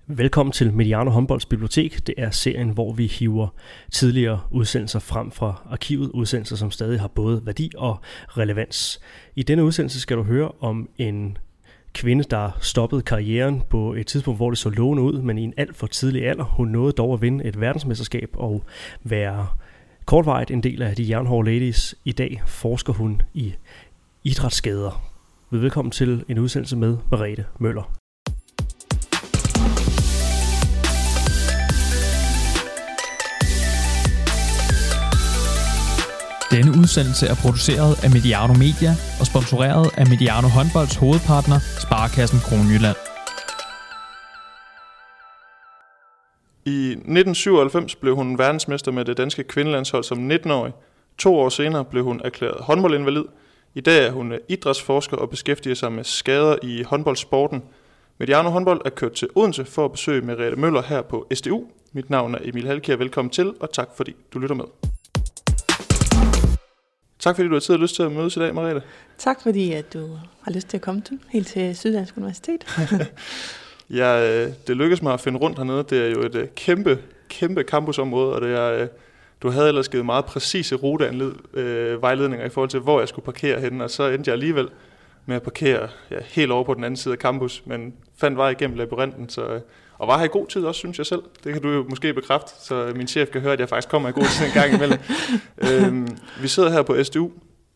Velkommen til Mediano Håndbolds Bibliotek. Det er serien, hvor vi hiver tidligere udsendelser frem fra arkivet. Udsendelser, som stadig har både værdi og relevans. I denne udsendelse skal du høre om en kvinde, der stoppede karrieren på et tidspunkt, hvor det så lovende ud, men i en alt for tidlig alder. Hun nåede dog at vinde et verdensmesterskab og være kortvarigt en del af de jernhårde ladies. I dag forsker hun i idrætsskader. Velkommen til en udsendelse med Merete Møller. Denne udsendelse er produceret af Mediano Media og sponsoreret af Mediano Håndbolds hovedpartner, Sparekassen Kronjylland. I 1997 blev hun verdensmester med det danske kvindelandshold som 19-årig. 2 år senere blev hun erklæret håndboldinvalid. I dag er hun idrætsforsker og beskæftiger sig med skader i håndboldsporten. Mediano Håndbold er kørt til Odense for at besøge Merete Møller her på SDU. Mit navn er Emil Halkier. Velkommen til, og tak fordi du lytter med. Tak fordi du har tid og lyst til at mødes i dag, Merete. Tak fordi at du har lyst til at komme helt til Syddansk Universitet. Det lykkedes mig at finde rundt hernede. Det er jo et kæmpe campusområde, og det er, du havde ellers givet meget præcise rutevejledninger i forhold til, hvor jeg skulle parkere henne, og så endte jeg alligevel med at parkere helt over på den anden side af campus, men fandt vej igennem labyrinten, og var her i god tid også, synes jeg selv. Det kan du jo måske bekræfte, så min chef kan høre, at jeg faktisk kommer i god tid en gang imellem. Vi sidder her på SDU,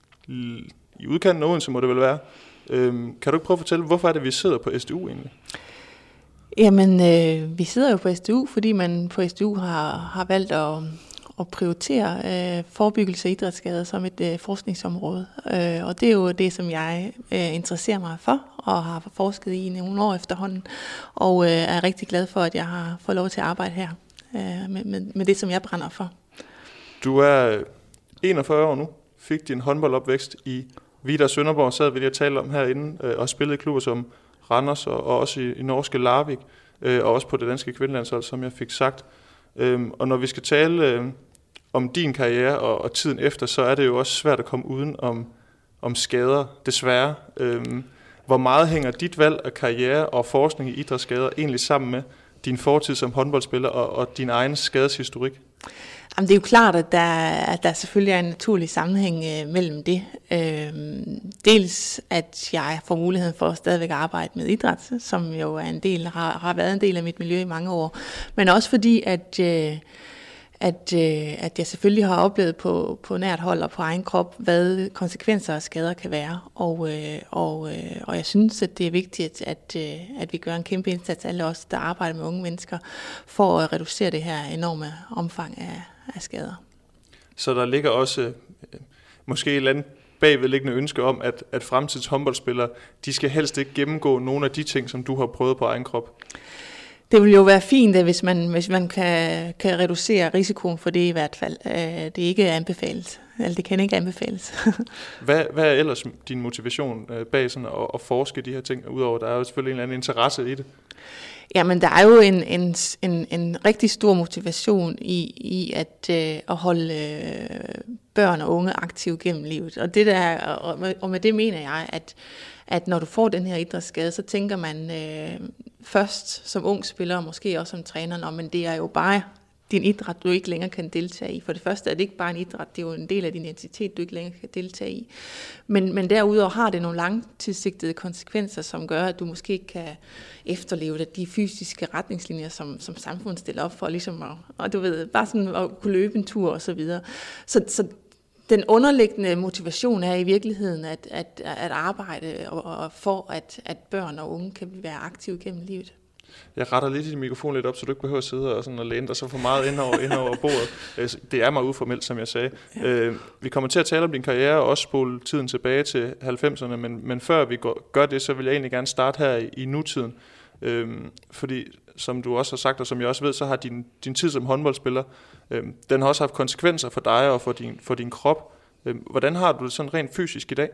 i udkanten af Odense må det vel være. Kan du ikke prøve at fortælle, hvorfor er det, vi sidder på SDU egentlig? Jamen, vi sidder jo på SDU, fordi man på SDU har valgt at prioritere forebyggelse af idrætsskader som et forskningsområde. Og det er jo det, som jeg interesserer mig for og har forsket i nogle år efterhånden. Og er rigtig glad for, at jeg har fået lov til at arbejde her med det, som jeg brænder for. Du er 41 år nu, fik din håndboldopvækst i Vidar Sønderborg, sad vi lige og talte om herinde, og spillede i klubber som Randers og også i norske Larvik, og også på det danske kvindelandshold, som jeg fik sagt. Og når vi skal tale om din karriere og tiden efter, så er det jo også svært at komme uden om skader, desværre. Hvor meget hænger dit valg af karriere og forskning i idrætsskader egentlig sammen med din fortid som håndboldspiller og din egen skadeshistorik? Jamen, det er jo klart, at der selvfølgelig er en naturlig sammenhæng mellem det. Dels at jeg får muligheden for at stadigvæk arbejde med idræt, som jo er har været en del af mit miljø i mange år, men også fordi, at jeg selvfølgelig har oplevet på nært hold og på egen krop, hvad konsekvenser af skader kan være. Og jeg synes, at det er vigtigt, at vi gør en kæmpe indsats, alle os, der arbejder med unge mennesker, for at reducere det her enorme omfang af skader. Så der ligger også måske et eller andet bagvedliggende ønske om, at fremtidens håndboldspillere, de skal helst ikke gennemgå nogle af de ting, som du har prøvet på egen krop? Det vil jo være fint, hvis man kan reducere risikoen for det i hvert fald. Det er ikke anbefales. Altså, det kan ikke anbefales. Hvad er ellers din motivation bag sådan at forske de her ting, udover der er jo selvfølgelig en eller anden interesse i det? Jamen, der er jo en rigtig stor motivation i at holde børn og unge aktive gennem livet. Og med det mener jeg, at når du får den her idrætsskade, så tænker man først som ung spiller, og måske også som træner, men det er jo bare din idræt, du ikke længere kan deltage i. For det første er det ikke bare en idræt, det er jo en del af din identitet, du ikke længere kan deltage i. Men derudover har det nogle langtidssigtede konsekvenser, som gør, at du måske ikke kan efterleve de fysiske retningslinjer, som samfundet stiller op for, ligesom og du ved, bare sådan at kunne løbe en tur og så videre. Så den underliggende motivation er i virkeligheden at arbejde og for, at børn og unge kan være aktive gennem livet. Jeg retter lige din mikrofon lidt op, så du ikke behøver at sidde og læne dig så for meget ind over bordet. Det er meget uformelt, som jeg sagde. Ja. Vi kommer til at tale om din karriere og også spole tiden tilbage til 90'erne, men før vi gør det, så vil jeg egentlig gerne starte her i nutiden. Fordi, som du også har sagt, og som jeg også ved, så har din tid som håndboldspiller, den har også haft konsekvenser for dig og for din krop. Hvordan har du det sådan rent fysisk i dag?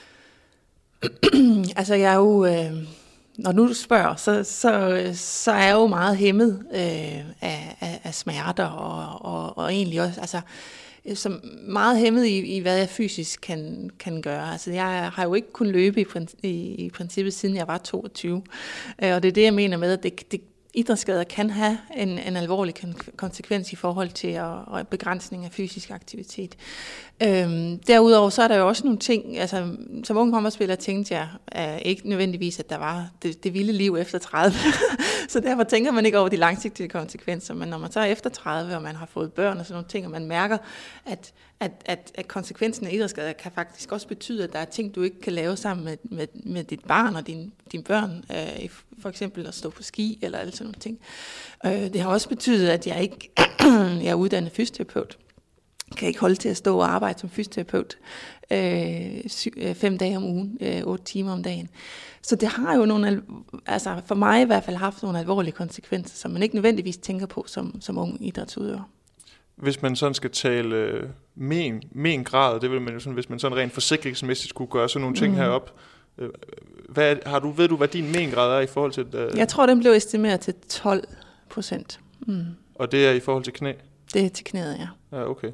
Altså, jeg er jo... Når nu du spørger, så er jeg jo meget hæmmet af smerter og egentlig også, altså som meget hæmmet i hvad jeg fysisk kan gøre. Altså jeg har jo ikke kunnet løbe i princippet siden jeg var 22, og det er det jeg mener med, at idrætsskader kan have en alvorlig konsekvens i forhold til begrænsning af fysisk aktivitet. Derudover så er der jo også nogle ting, altså som unge håndboldspiller tænkte jeg ikke nødvendigvis, at der var det vilde liv efter 30. Så derfor tænker man ikke over de langsigtede konsekvenser, men når man så er efter 30, og man har fået børn og sådan nogle ting, og man mærker, at konsekvensen af idrætsskader kan faktisk også betyde, at der er ting, du ikke kan lave sammen med dit barn og dine børn, for eksempel at stå på ski eller alle sådan nogle ting. Det har også betydet, at jeg er uddannet fysioterapeut. Jeg kan ikke holde til at stå og arbejde som fysioterapeut 5 dage om ugen, 8 timer om dagen. Så det har jo for mig i hvert fald haft nogle alvorlige konsekvenser, som man ikke nødvendigvis tænker på som ung idrætsudøver. Hvis man sådan skal tale men grad, det vil man jo sådan, hvis man sådan rent forsikringsmæssigt skulle gøre sådan nogle ting herop. Ved du, hvad din men-grad er i forhold til? Jeg tror, den blev estimeret til 12%. Og det er i forhold til knæ? Det er til knæet, ja. Ja, okay.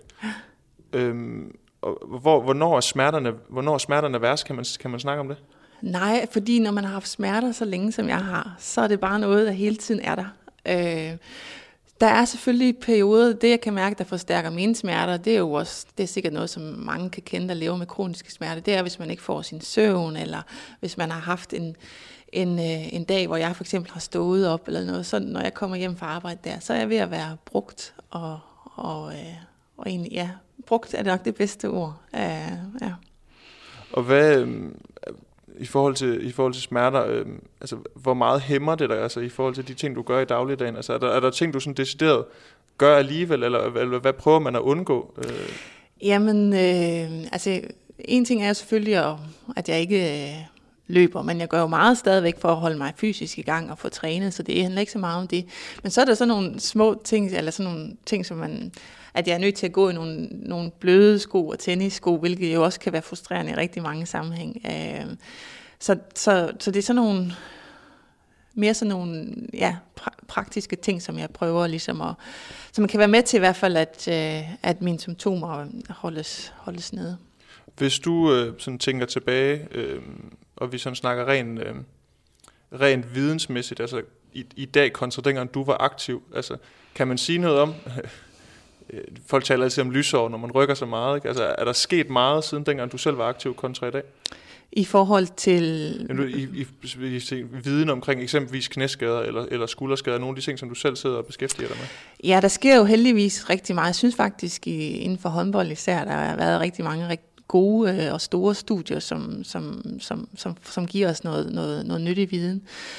Hvornår er smerterne værst? Kan man snakke om det? Nej, fordi når man har haft smerter så længe, som jeg har, så er det bare noget, der hele tiden er der. Der er selvfølgelig perioder, det jeg kan mærke, der forstærker mine smerter, det er jo også, det er sikkert noget, som mange kan kende, der lever med kroniske smerter. Det er, hvis man ikke får sin søvn, eller hvis man har haft en dag, hvor jeg for eksempel har stået op, eller noget sådan, når jeg kommer hjem fra arbejde der, så er jeg ved at være brugt, og egentlig, ja, brugt er det nok det bedste ord. Ja. Og hvad, i forhold til smerter, altså hvor meget hæmmer det dig, altså i forhold til de ting, du gør i dagligdagen? Altså er der ting, du sådan decideret gør alligevel, eller hvad prøver man at undgå? Jamen, altså en ting er selvfølgelig, at jeg ikke løber, men jeg gør jo meget stadigvæk for at holde mig fysisk i gang og få trænet, så det handler ikke så meget om det. Men så er der sådan nogle små ting, eller sådan nogle ting, som at jeg er nødt til at gå i nogle bløde sko og tennissko, hvilket jo også kan være frustrerende i rigtig mange sammenhæng. Så det er sådan nogle mere sådan nogle praktiske ting, som jeg prøver ligesom så man kan være med til i hvert fald, at mine symptomer holdes nede. Hvis du sådan tænker tilbage, og vi sådan snakker rent vidensmæssigt, altså i dag kontra dengang du var aktiv, altså kan man sige noget om, folk taler altid om lysår, når man rykker så meget, ikke? Altså er der sket meget siden dengang du selv var aktiv kontra i dag? I forhold til I viden omkring eksempelvis knæskader eller skulderskader, nogle af de ting, som du selv sidder og beskæftiger dig med? Ja, der sker jo heldigvis rigtig meget. Jeg synes faktisk, inden for håndbold især, der har været rigtig mange gode og store studier, som giver os noget nyttig viden.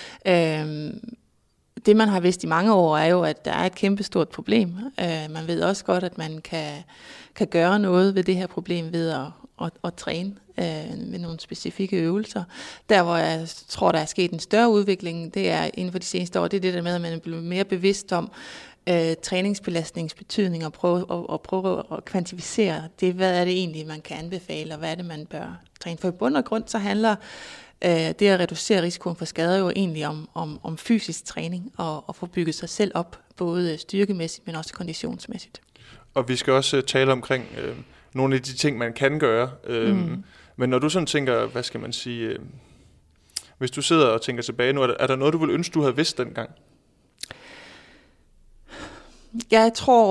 Det, man har vidst i mange år, er jo, at der er et kæmpestort problem. Man ved også godt, at man kan gøre noget ved det her problem ved at træne med nogle specifikke øvelser. Der, hvor jeg tror, der er sket en større udvikling, det er inden for de seneste år, det er det der med, at man er blevet mere bevidst om træningsbelastningens betydning og prøve at kvantificere det. Hvad er det egentlig, man kan anbefale, og hvad er det, man bør træne? For i bund og grund, så handler det at reducere risikoen for skader jo egentlig om fysisk træning og få bygget sig selv op, både styrkemæssigt, men også konditionsmæssigt. Og vi skal også tale omkring nogle af de ting, man kan gøre. Men når du sådan tænker, hvad skal man sige, hvis du sidder og tænker tilbage nu, er der noget, du ville ønske, du havde vidst dengang? Jeg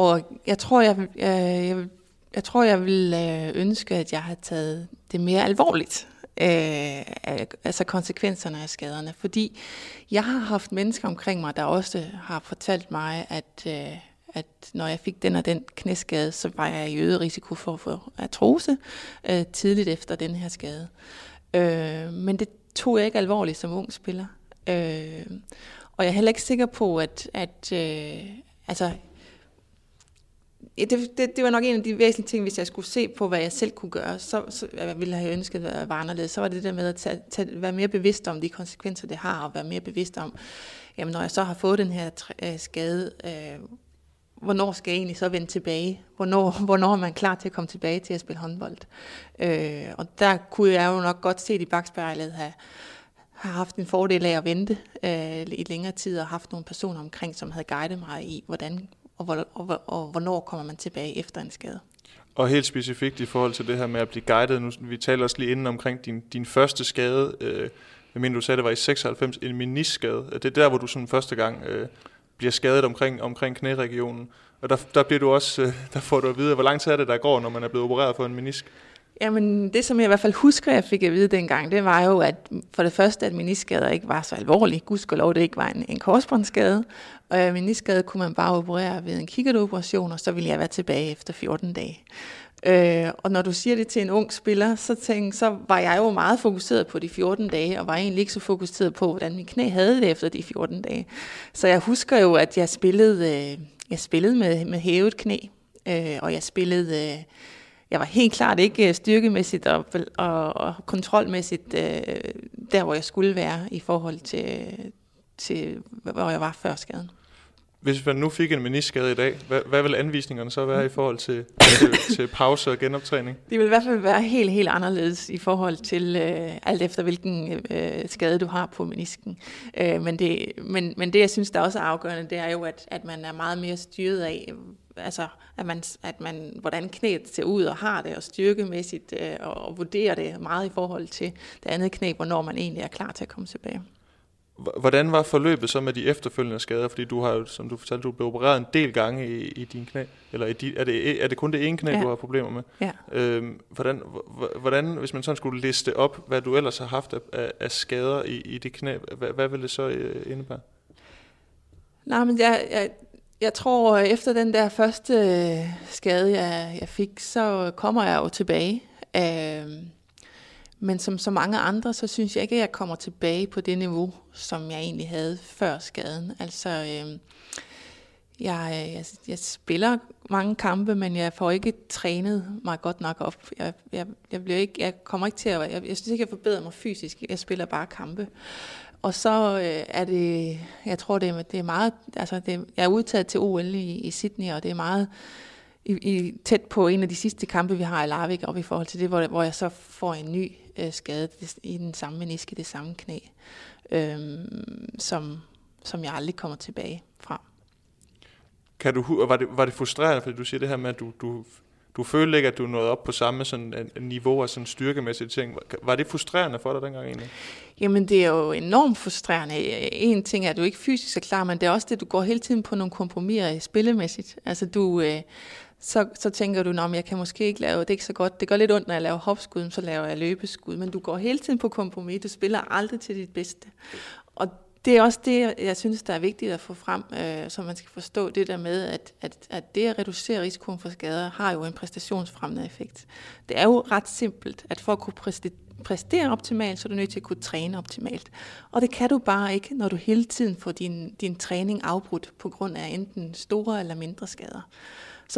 tror, jeg ville ønske, at jeg havde taget det mere alvorligt. Altså konsekvenserne af skaderne. Fordi jeg har haft mennesker omkring mig, der også har fortalt mig, at når jeg fik den og den knæskade, så var jeg i øget risiko for at få artrose tidligt efter den her skade. Men det tog jeg ikke alvorligt som ung spiller. Og jeg er heller ikke sikker på, altså det var nok en af de væsentlige ting, hvis jeg skulle se på, hvad jeg selv kunne gøre, så ville jeg have ønsket at være anderledes. Så var det der med at være mere bevidst om de konsekvenser, det har, og være mere bevidst om, jamen når jeg så har fået den her skade, hvornår skal jeg egentlig så vende tilbage? Hvornår er man klar til at komme tilbage til at spille håndbold? Og der kunne jeg jo nok godt se i bakspejlet have haft en fordel af at vente i længere tid, og haft nogle personer omkring, som havde guidet mig i, hvordan og hvornår kommer man tilbage efter en skade. Og helt specifikt i forhold til det her med at blive guidet, nu vi taler også lige inden omkring din første skade, jeg mener, du sagde, det var i 96, en meniskskade. Det er der, hvor du sådan første gang bliver skadet omkring knæregionen. Og der bliver du også, der får du at vide, hvor lang tid er det, der går, når man er blevet opereret for en menisk? Jamen, det som jeg i hvert fald husker, jeg fik at vide dengang, det var jo, at for det første, at meniskskader ikke var så alvorlige. Gudskelov, det ikke var en korsbåndsskade. Og meniskskade kunne man bare operere ved en kikkertoperation, og så ville jeg være tilbage efter 14 dage. Og når du siger det til en ung spiller, så var jeg jo meget fokuseret på de 14 dage, og var egentlig ikke så fokuseret på, hvordan mit knæ havde det efter de 14 dage. Så jeg husker jo, at jeg spillede med hævet knæ, og jeg var helt klart ikke styrkemæssigt og kontrolmæssigt der, hvor jeg skulle være i forhold til hvor jeg var før skaden. Hvis man nu fik en meniskskade i dag, hvad vil anvisningerne så være i forhold til pause og genoptræning? Det vil i hvert fald være helt, helt anderledes i forhold til alt efter hvilken skade du har på menisken. Men det, jeg synes, der også er afgørende, det er jo, at man er meget mere styret af, altså at man hvordan knæet ser ud og har det, og styrkemæssigt, og vurderer det meget i forhold til det andet knæ, hvornår man egentlig er klar til at komme tilbage. Hvordan var forløbet så med de efterfølgende skader? Fordi du har jo, som du fortalte, du blev opereret en del gange i din knæ. Eller er det kun det ene knæ, du har problemer med? Ja. Hvordan, hvis man sådan skulle liste op, hvad du ellers har haft af skader i dit knæ, hvad vil det så indebære? Nej, men jeg tror, efter den der første skade, jeg fik, så kommer jeg jo tilbage. Men som så mange andre, så synes jeg ikke, at jeg kommer tilbage på det niveau, som jeg egentlig havde før skaden. Altså, jeg spiller mange kampe, men jeg får ikke trænet mig godt nok op. Jeg kommer ikke til at... Jeg synes ikke, jeg forbedrer mig fysisk. Jeg spiller bare kampe. Og så er det... Jeg tror, det er meget... Altså, jeg er udtaget til OL i Sydney, og det er meget... tæt på en af de sidste kampe, vi har i Larvik, op i forhold til det, hvor jeg så får en ny skade i den samme meniske, det samme knæ, som jeg aldrig kommer tilbage fra. Var det frustrerende, fordi du siger det her med, at du følte ikke, at du nåede op på samme sådan niveau af sådan styrkemæssige ting. Var det frustrerende for dig dengang egentlig? Jamen, det er jo enormt frustrerende. En ting er, at du ikke fysisk er klar, men det er også det, du går hele tiden på nogle kompromiser spillemæssigt. Altså, så tænker du, at jeg kan måske ikke lave det ikke så godt. Det går lidt ondt, når jeg laver hopskud, så laver jeg løbeskud. Men du går hele tiden på kompromis. Du spiller aldrig til dit bedste. Og det er også det, jeg synes, der er vigtigt at få frem, så man skal forstå det der med, at det at reducere risikoen for skader, har jo en præstationsfremmende effekt. Det er jo ret simpelt, at for at kunne præstere optimalt, så er du nødt til at kunne træne optimalt. Og det kan du bare ikke, når du hele tiden får din træning afbrudt på grund af enten store eller mindre skader. Så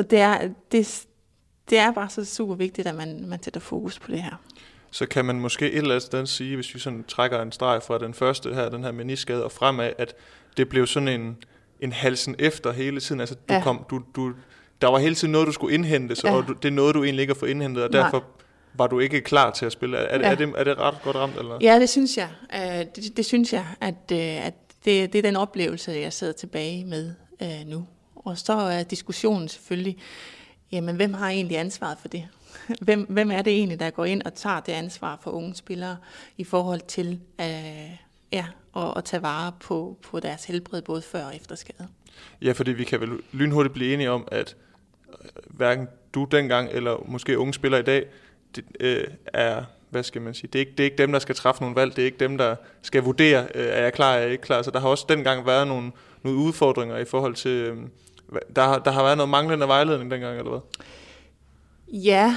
det er bare så super vigtigt, at man sætter fokus på det her. Så kan man måske et eller andet sted sige, hvis vi sådan trækker en streg fra den første her, den her meniskskade, og fremad, at det blev sådan en halsen efter hele tiden. Altså der var hele tiden noget, du skulle indhente, og det er noget, du egentlig ikke har fået indhentet, og derfor var du ikke klar til at spille. Er det ret godt ramt? Eller? Ja, det synes jeg. Det synes jeg, at det er den oplevelse, jeg sidder tilbage med nu. Og så er diskussionen selvfølgelig, jamen hvem har egentlig ansvaret for det? Hvem er det egentlig, der går ind og tager det ansvar for unge spillere i forhold til at tage vare på deres helbred både før og efter skade? Ja, fordi vi kan vel lynhurtigt blive enige om, at hverken du dengang eller måske unge spillere i dag er, hvad skal man sige, det er ikke dem, der skal træffe nogle valg, det er ikke dem, der skal vurdere, er jeg klar, er jeg ikke klar. Så der har også dengang været nogle udfordringer i forhold til, der har været noget manglende vejledning dengang, eller hvad? Ja,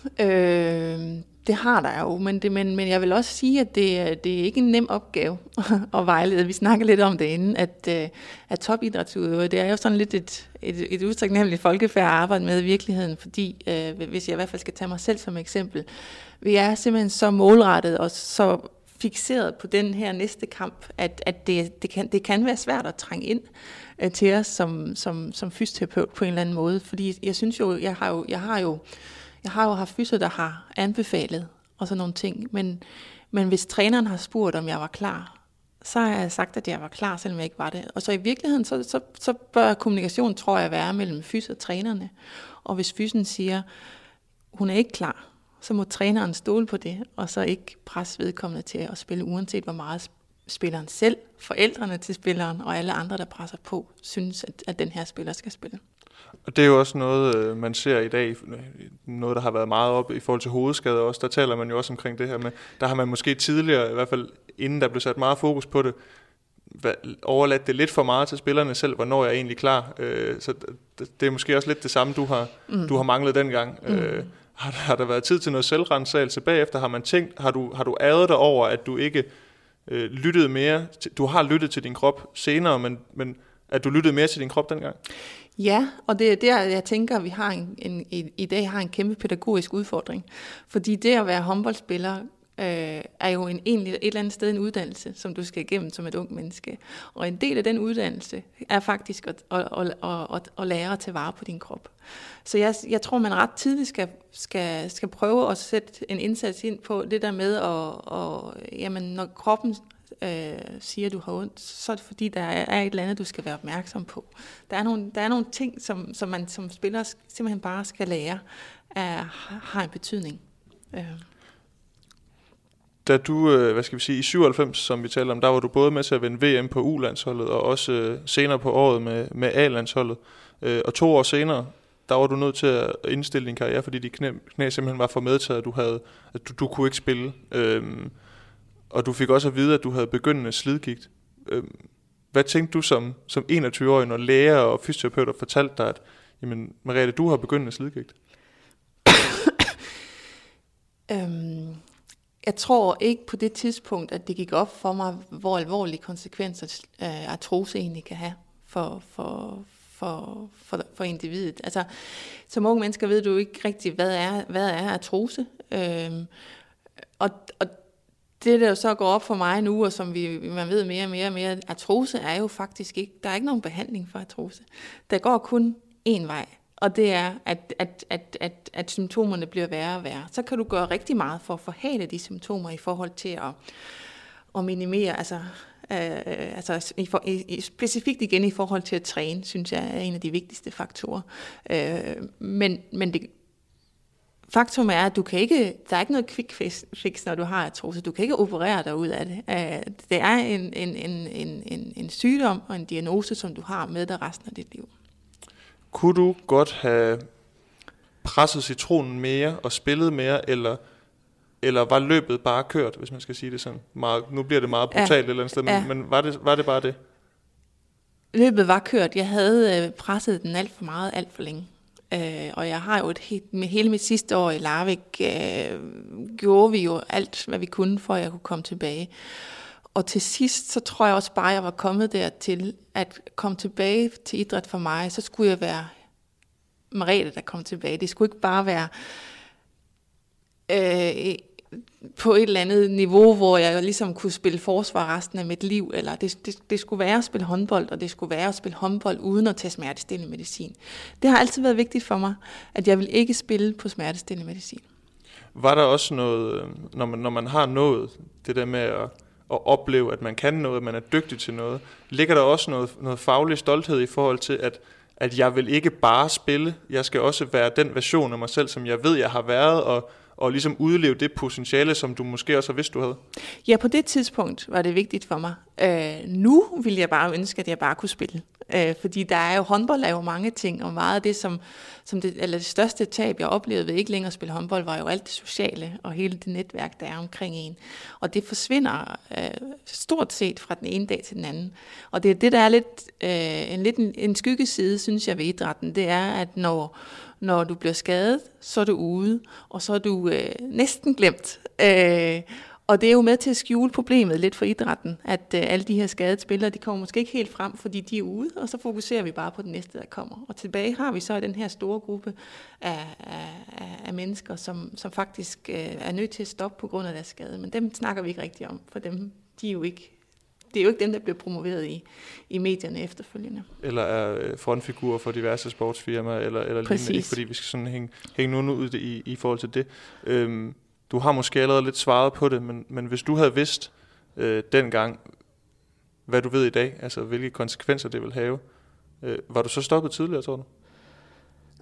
det har der jo, men jeg vil også sige, at det er ikke en nem opgave at vejlede. Vi snakker lidt om det inden, at topidrætsudøvere, det er jo sådan lidt et utaknemmeligt folkefærd at arbejde med i virkeligheden, fordi hvis jeg i hvert fald skal tage mig selv som eksempel, vi er simpelthen så målrettet og så fikseret på den her næste kamp, at det kan være svært at trænge ind til os som fysioterapeut på en eller anden måde, fordi jeg synes jo, jeg har jo haft fysio, der har anbefalet og sådan nogle ting, men hvis træneren har spurgt, om jeg var klar, så har jeg sagt, at jeg var klar, selvom jeg ikke var det. Og så i virkeligheden, så bør kommunikation, tror jeg, være mellem fysio og trænerne. Og hvis fysen siger, hun er ikke klar, så må træneren stole på det, og så ikke presse vedkommende til at spille, uanset hvor meget spilleren selv, forældrene til spilleren og alle andre, der presser på, synes, at den her spiller skal spille. Og det er jo også noget, man ser i dag, noget der har været meget op i forhold til hovedskader også. Der taler man jo også omkring det her med, der har man måske tidligere, i hvert fald inden der blev sat meget fokus på det, overladt det lidt for meget til spillerne selv, hvornår jeg er egentlig klar. Så det er måske også lidt det samme, du har manglet dengang. Har der været tid til noget selvrensagelse bagefter? Har man tænkt, har du ærget dig over, at du ikke lyttede mere? Du har lyttet til din krop senere, men at du lyttede mere til din krop dengang? Ja, og det er der, jeg tænker, at vi har i dag har en kæmpe pædagogisk udfordring. Fordi det at være håndboldspiller er jo egentlig et eller andet sted en uddannelse, som du skal igennem som et ung menneske. Og en del af den uddannelse er faktisk at lære at tage vare på din krop. Så jeg tror, man ret tidligt skal prøve at sætte en indsats ind på det der med, jamen, når kroppen siger, du har ondt, så er det fordi, der er et eller andet, du skal være opmærksom på. Der er nogle ting, som man som spiller simpelthen bare skal lære, har en betydning. Da du, i 97, som vi taler om, der var du både med til at vinde VM på U-landsholdet, og også senere på året med A-landsholdet. Og 2 år senere, der var du nødt til at indstille din karriere, fordi dit knæ simpelthen var for medtaget, at du kunne ikke spille. Og du fik også at vide, at du havde begyndende slidgigt. Hvad tænkte du som 21-årig, når læger og fysioterapeuter fortalte dig, at jamen, Merete, du har begyndende slidgigt? Jeg tror ikke på det tidspunkt, at det gik op for mig, hvor alvorlige konsekvenser artrose egentlig kan have for individet. Altså, som unge mennesker ved du ikke rigtig, hvad er artrose. Og det, der så går op for mig nu, og som man ved mere og mere, artrose er jo faktisk ikke, der er ikke nogen behandling for artrose. Der går kun én vej, og det er, at symptomerne bliver værre og værre. Så kan du gøre rigtig meget for at forhale de symptomer i forhold til at minimere, specifikt igen i forhold til at træne, synes jeg er en af de vigtigste faktorer. Men det faktum er, at der er ikke noget quick fix, når du har artrose. Du kan ikke operere dig ud af det. Det er en sygdom og en diagnose, som du har med dig resten af dit liv. Kunne du godt have presset citronen mere og spillet mere, eller var løbet bare kørt, hvis man skal sige det sådan? Nu bliver det meget brutalt et eller andet sted, men var det bare det? Løbet var kørt. Jeg havde presset den alt for meget, alt for længe. Og jeg har jo hele mit sidste år i Larvik, gjorde vi jo alt, hvad vi kunne, for at jeg kunne komme tilbage. Og til sidst, så tror jeg også bare, at jeg var kommet dertil, at komme tilbage til idræt for mig, så skulle jeg være Merete, der kom tilbage. Det skulle ikke bare være på et eller andet niveau, hvor jeg ligesom kunne spille forsvar resten af mit liv, eller det skulle være at spille håndbold, og det skulle være at spille håndbold uden at tage smertestillende medicin. Det har altid været vigtigt for mig, at jeg vil ikke spille på smertestillende medicin. Var der også noget, når man har nået det der med at opleve, at man kan noget, at man er dygtig til noget, ligger der også noget faglig stolthed i forhold til, at jeg vil ikke bare spille, jeg skal også være den version af mig selv, som jeg ved, jeg har været, og ligesom udleve det potentiale, som du måske også har vidst, du havde? Ja, på det tidspunkt var det vigtigt for mig. Nu vil jeg bare ønske, at jeg bare kunne spille. Fordi der er jo håndbold er jo mange ting, og meget af det, det største tab, jeg oplevede ved ikke længere at spille håndbold, var jo alt det sociale og hele det netværk, der er omkring en. Og det forsvinder stort set fra den ene dag til den anden. Og det er det, der er lidt en skyggeside, synes jeg, ved idrætten. Det er, at når du bliver skadet, så er du ude, og så er du næsten glemt. Og det er jo med til at skjule problemet lidt for idrætten, at alle de her skadede spillere, de kommer måske ikke helt frem, fordi de er ude, og så fokuserer vi bare på den næste, der kommer. Og tilbage har vi så den her store gruppe af mennesker, som faktisk er nødt til at stoppe på grund af deres skade. Men dem snakker vi ikke rigtig om, for dem, det er jo ikke dem, der bliver promoveret i medierne efterfølgende. Eller er frontfigurer for diverse sportsfirmaer, eller lignende, ikke fordi vi skal sådan hænge nogen ud i forhold til det. Du har måske allerede lidt svaret på det, men hvis du havde vidst dengang, hvad du ved i dag, altså hvilke konsekvenser det vil have, var du så stoppet tidligere, tror du?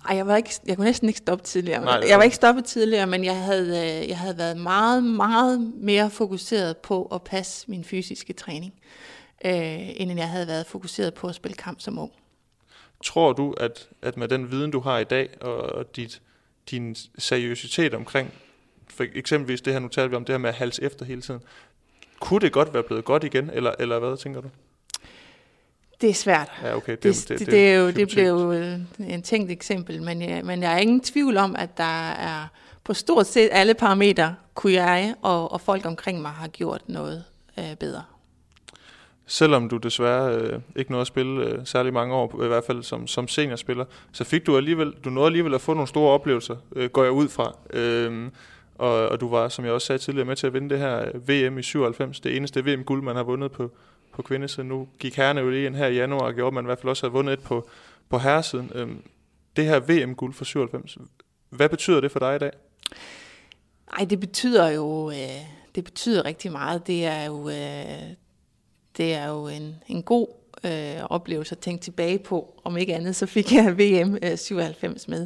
Jeg kunne næsten ikke stoppe tidligere. Nej, jeg var ikke stoppet tidligere, men jeg havde været meget, meget mere fokuseret på at passe min fysiske træning, end jeg havde været fokuseret på at spille kamp som ung. Tror du, at med den viden, du har i dag, og din seriøsitet omkring, for eksempelvis det her, nu taler vi om det her med at halse efter hele tiden, kunne det godt være blevet godt igen, eller hvad tænker du? Det er svært. Ja, okay. Det bliver jo en tænkt eksempel, men jeg er ingen tvivl om, at der er på stort set alle parametre, kunne jeg og folk omkring mig have gjort noget bedre. Selvom du desværre ikke nåede at spille særlig mange år, i hvert fald som seniorspiller, så fik du nåede alligevel at få nogle store oplevelser, går jeg ud fra. Og du var, som jeg også sagde tidligere, med til at vinde det her VM i 97, det eneste VM-guld, man har vundet på kvindesiden. Nu gik herrerne jo lige ind her i januar og gjorde, at man i hvert fald også havde vundet et på herresiden. Det her VM-guld for 97, hvad betyder det for dig i dag? Ej, det betyder rigtig meget. Det er jo en god oplevelse at tænke tilbage på. Om ikke andet, så fik jeg VM 97 med.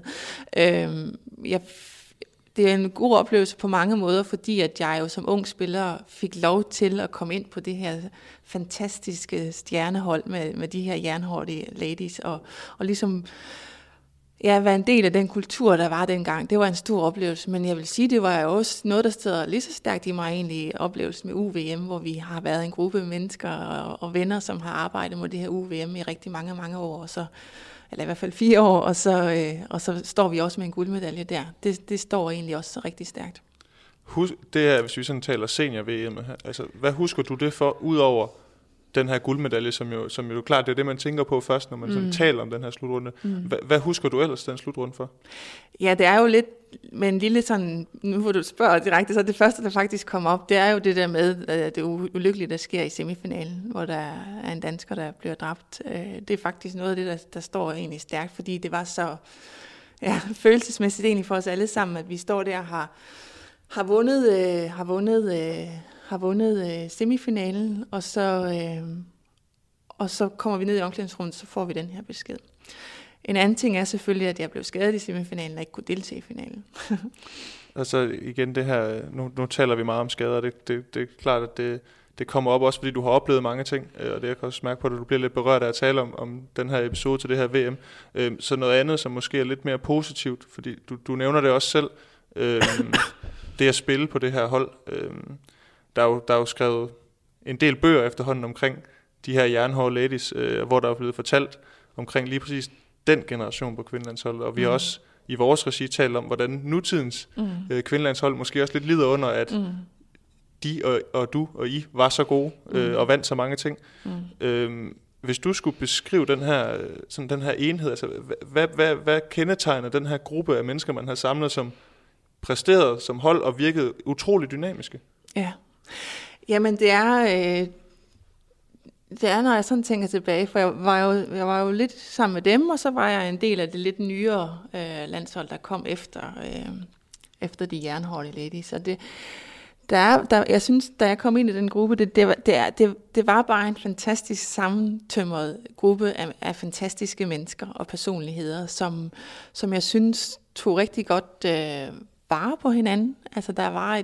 Det er en god oplevelse på mange måder, fordi at jeg jo som ung spiller fik lov til at komme ind på det her fantastiske stjernehold med de her jernhårdige ladies, og ligesom være en del af den kultur, der var dengang. Det var en stor oplevelse, men jeg vil sige, det var jo også noget, der stod lige så stærkt i mig egentlig, oplevelsen med UVM, hvor vi har været en gruppe mennesker og venner, som har arbejdet med det her UVM i rigtig mange, mange år, og så eller i hvert fald 4 år, og så står vi også med en guldmedalje der. Det står egentlig også så rigtig stærkt. Det er, hvis vi sådan taler senior-VM, altså hvad husker du det for, udover den her guldmedalje, som jo klart det er det, man tænker på først, når man sådan taler om den her slutrunde. Hvad husker du ellers den slutrunde for? Ja, det er jo lidt med en lille sådan, nu hvor du spørger direkte, så det første, der faktisk kommer op, det er jo det der med det ulykkelige, der sker i semifinalen, hvor der er en dansker, der bliver dræbt. Det er faktisk noget af det, der står egentlig stærkt, fordi det var så følelsesmæssigt egentlig for os alle sammen, at vi står der og har vundet semifinalen, og så kommer vi ned i omklædningsrummet, så får vi den her besked. En anden ting er selvfølgelig, at jeg blev skadet i semifinalen og ikke kunne deltage i finalen. Altså igen det her, nu taler vi meget om skader, det er klart, at det kommer op også, fordi du har oplevet mange ting, og det jeg kan også mærke på, at du bliver lidt berørt af at tale om den her episode til det her VM. Så noget andet, som måske er lidt mere positivt, fordi du nævner det også selv, det at spille på det her hold. Der er jo skrevet en del bøger efterhånden omkring de her jernhårde ladies, hvor der er blevet fortalt omkring lige præcis den generation på kvindelandsholdet, og vi har også i vores regi talt om, hvordan nutidens kvindelandshold måske også lidt lider under, at de og du og I var så gode og vandt så mange ting. Hvis du skulle beskrive den her enhed, altså hvad kendetegner den her gruppe af mennesker, man har samlet, som præsterede som hold og virkede utrolig dynamiske? Ja, jamen det er, når jeg sådan tænker tilbage, for jeg var jo lidt sammen med dem, og så var jeg en del af det lidt nyere landshold, der kom efter de jernhårde ladies. Og jeg synes, da jeg kom ind i den gruppe, det var bare en fantastisk sammentømret gruppe af fantastiske mennesker og personligheder, som jeg synes tog rigtig godt vare på hinanden. Altså der var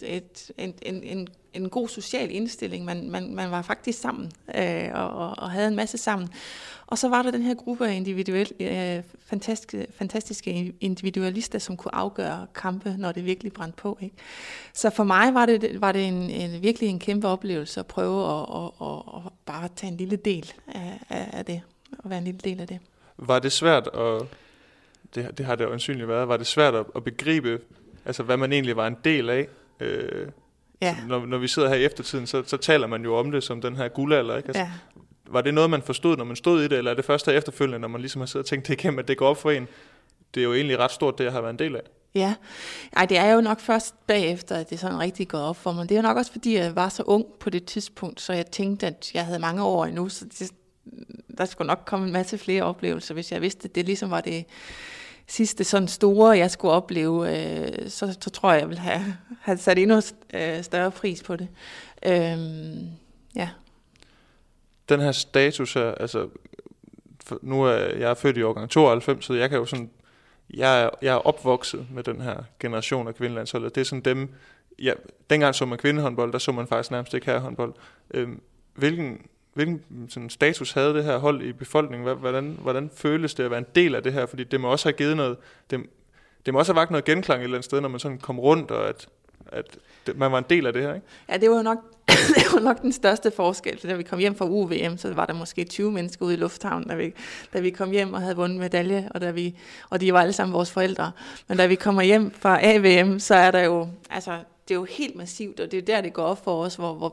en god social indstilling. Man var faktisk sammen og havde en masse sammen. Og så var der den her gruppe af fantastiske individualister, som kunne afgøre kampe, når det virkelig brændte på. Ikke? Så for mig var det virkelig en kæmpe oplevelse at prøve at bare tage en lille del af det, og være en lille del af det. Var det svært det har det jo øjensynligt været, var det svært at begribe, altså hvad man egentlig var en del af? Ja. Når vi sidder her i eftertiden, så taler man jo om det som den her guldalder, ikke? Altså, var det noget, man forstod, når man stod i det, eller er det først her efterfølgende, når man ligesom har siddet og tænkt det igennem, at det går op for en? Det er jo egentlig ret stort, det jeg har været en del af. Ja, det er jo nok først bagefter, at det sådan rigtig går op for mig. Det er jo nok også, fordi jeg var så ung på det tidspunkt, så jeg tænkte, at jeg havde mange år endnu, så der skulle nok komme en masse flere oplevelser, hvis jeg vidste, at det ligesom var det sidste sådan store, jeg skulle opleve, så tror jeg ville have sat endnu større pris på det. Ja. Den her status her, altså nu er jeg født i årgang 92, så jeg kan jo sådan jeg er opvokset med den her generation af kvindelandsholdet. Det er sådan dem, dengang så man kvindehåndbold, der så man faktisk nærmest ikke herrehåndbold. Hvilken sådan status havde det her hold i befolkningen? Hvordan føles det at være en del af det her? Fordi det må også have givet noget, det må også have vagt noget genklang et eller andet sted, når man sådan kom rundt, og at man var en del af det her, ikke? Ja, det var nok den største forskel. For da vi kom hjem fra UVM, så var der måske 20 mennesker ude i lufthavnen, da vi kom hjem og havde vundet medalje, og de var alle sammen vores forældre. Men da vi kommer hjem fra AVM, så er der jo, altså, det er jo helt massivt, og det er der, det går op for os, hvor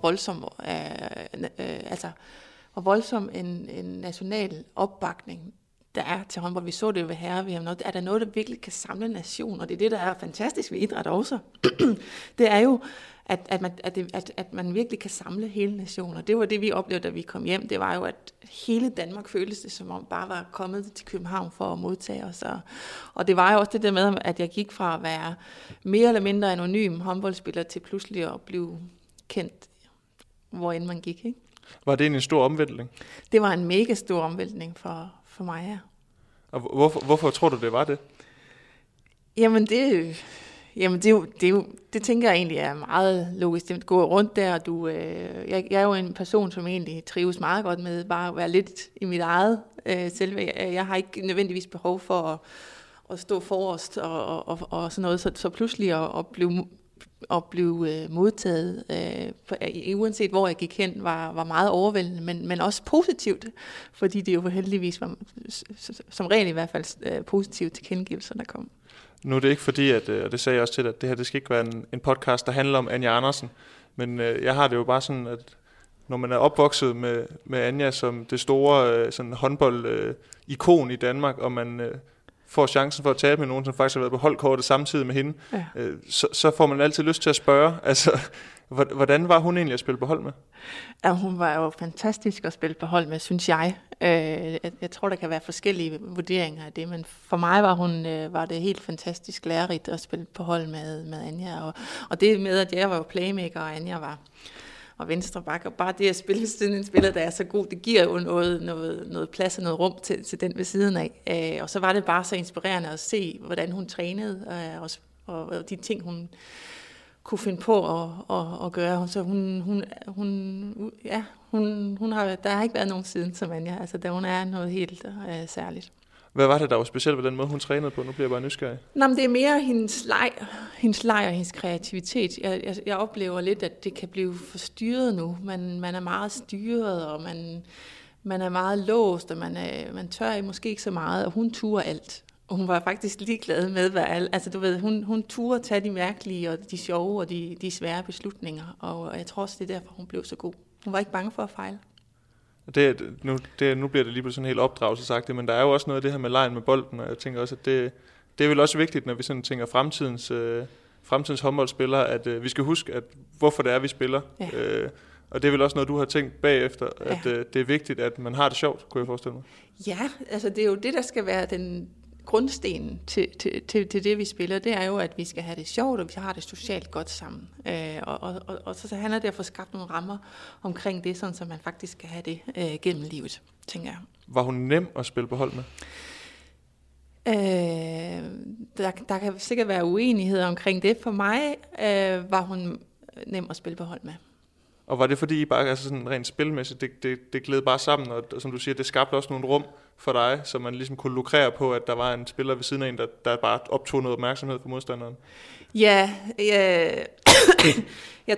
voldsom en national opbakning der er til håndbold. Vi så det jo ved herre-VM. Er der noget, der virkelig kan samle nation? Og det er det, der er fantastisk ved idræt også. Det er jo, at man virkelig kan samle hele nationen. Og det var det, vi oplevede, da vi kom hjem. Det var jo, at hele Danmark føltes det, som om bare var kommet til København for at modtage os. Og det var jo også det der med, at jeg gik fra at være mere eller mindre anonym håndboldspiller til pludselig at blive kendt, hvor end man gik, ikke? Var det en stor omvæltning? Det var en mega stor omvæltning for mig, ja. Og hvorfor tror du, det var det? Jamen det tænker jeg egentlig er meget logisk. Det går rundt der, og jeg er jo en person, som egentlig trives meget godt med bare at være lidt i mit eget selve. Jeg har ikke nødvendigvis behov for at stå forrest og sådan noget, så pludselig at blive modtaget, uanset hvor jeg gik hen, var meget overvældende, men også positivt, fordi det jo heldigvis var, som regel i hvert fald, positive tilkendegivelser, der kom. Nu er det ikke fordi, og det sagde jeg også til, at det her det skal ikke være en podcast, der handler om Anja Andersen, men jeg har det jo bare sådan, at når man er opvokset med Anja som det store sådan håndbold-ikon i Danmark, og man får chancen for at tale med nogen, som faktisk har været på holdkortet samtidig med hende, så får man altid lyst til at spørge, altså, hvordan var hun egentlig at spille på hold med? Ja, hun var jo fantastisk at spille på hold med, synes jeg. Jeg tror, der kan være forskellige vurderinger af det, men for mig var det helt fantastisk lærerigt at spille på hold med Anja. Og det med, at jeg var playmaker, og Anja var venstre back, og bare det at spille sådan en spiller, der er så god, det giver jo noget plads og noget rum til den ved siden af. Og så var det bare så inspirerende at se, hvordan hun trænede, og de ting, hun kunne finde på at gøre. Så der har ikke været nogen siden som Anja. Altså, hun er noget helt særligt. Hvad var det, der var specielt ved den måde, hun trænede på? Nu bliver jeg bare nysgerrig. Nå, men det er mere hendes leg og hendes kreativitet. Jeg oplever lidt, at det kan blive forstyrret nu. Man er meget styret, og man er meget låst, og man tør måske ikke så meget, og hun turer alt. Og hun var faktisk ligeglad med, altså du ved, hun turde tage de mærkelige, og de sjove, og de svære beslutninger. Og jeg tror også, det er derfor, hun blev så god. Hun var ikke bange for at fejle. Nu bliver det lige pludselig sådan helt opdragelsesagtigt, men der er jo også noget af det her med legen med bolden, og jeg tænker også, at det er vel også vigtigt, når vi sådan tænker fremtidens håndboldspillere, at vi skal huske, at hvorfor det er, vi spiller. Ja. Og det er vel også noget, du har tænkt bagefter, at det er vigtigt, at man har det sjovt, kunne jeg forestille mig. Ja, altså det er jo det, der skal være den grundstenen til det, vi spiller. Det er jo, at vi skal have det sjovt, og vi har det socialt godt sammen. Og så handler det at få skabt nogle rammer omkring det, sådan, så man faktisk skal have det gennem livet, tænker jeg. Var hun nem at spille på hold med? Der kan sikkert være uenigheder omkring det. For mig var hun nem at spille på hold med. Og var det fordi I bare, altså sådan rent spilmæssigt, det gled bare sammen, og som du siger, det skabte også nogle rum for dig, så man ligesom kunne lukrere på, at der var en spiller ved siden af en, der bare optog noget opmærksomhed for modstanderen? Ja, jeg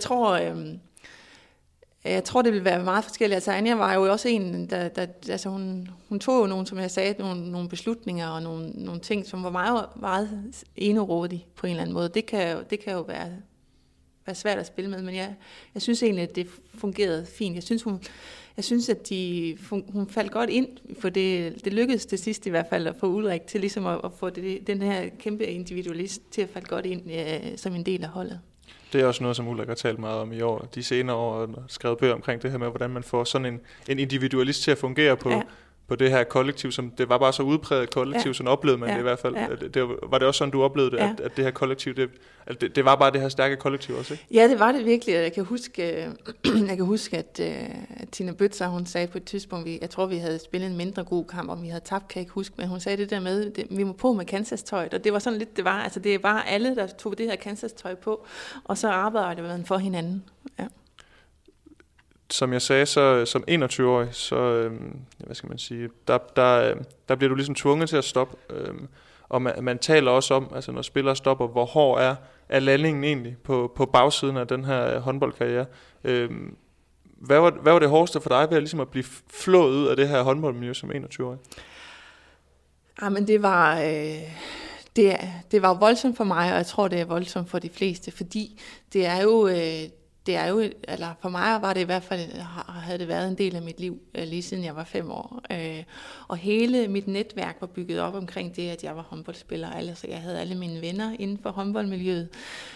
tror, det ville være meget forskelligt. Altså Anja var jo også en, der altså hun tog jo nogle, som jeg sagde, nogle beslutninger og nogle ting, som var meget, meget enerådige på en eller anden måde. Det kan jo være svært at spille med, men jeg synes egentlig, at det fungerede fint. Jeg synes, at hun faldt godt ind, for det lykkedes til sidst i hvert fald at få Ulrik til ligesom at få den her kæmpe individualist til at falde godt ind som en del af holdet. Det er også noget, som Ulrik har talt meget om i år, de senere år, og skrevet bøger omkring det her med, hvordan man får sådan en individualist til at fungere på det her kollektiv, som det var bare så udpræget kollektiv, sådan oplevede man det i hvert fald. Var det også sådan, du oplevede det, at det her kollektiv, det var bare det her stærke kollektiv også, ikke? Ja, det var det virkelig. Jeg kan huske, at Tina Bøtzer, hun sagde på et tidspunkt, jeg tror, vi havde spillet en mindre god kamp, om vi havde tabt, kan jeg ikke huske, men hun sagde det der med, vi må på med Kansas-tøjet, og det var sådan lidt, det var. Altså, det er bare alle, der tog det her Kansas-tøj på, og så arbejdede man for hinanden. Ja. Som jeg sagde, så som 21-årig, så hvad skal man sige, der bliver du ligesom tvunget til at stoppe. Og man taler også om, altså når spillere stopper, hvor hård er landingen egentlig på bagsiden af den her håndboldkarriere. Hvad var det hårdeste for dig ved ligesom at blive flået ud af det her håndboldmiljø som 21-årig? Men det var... Det var voldsomt for mig, og jeg tror, det er voldsomt for de fleste, fordi det er jo, eller for mig var det i hvert fald, havde det været en del af mit liv, lige siden jeg var 5 år. Og hele mit netværk var bygget op omkring det, at jeg var håndboldspiller. Altså, jeg havde alle mine venner inden for håndboldmiljøet.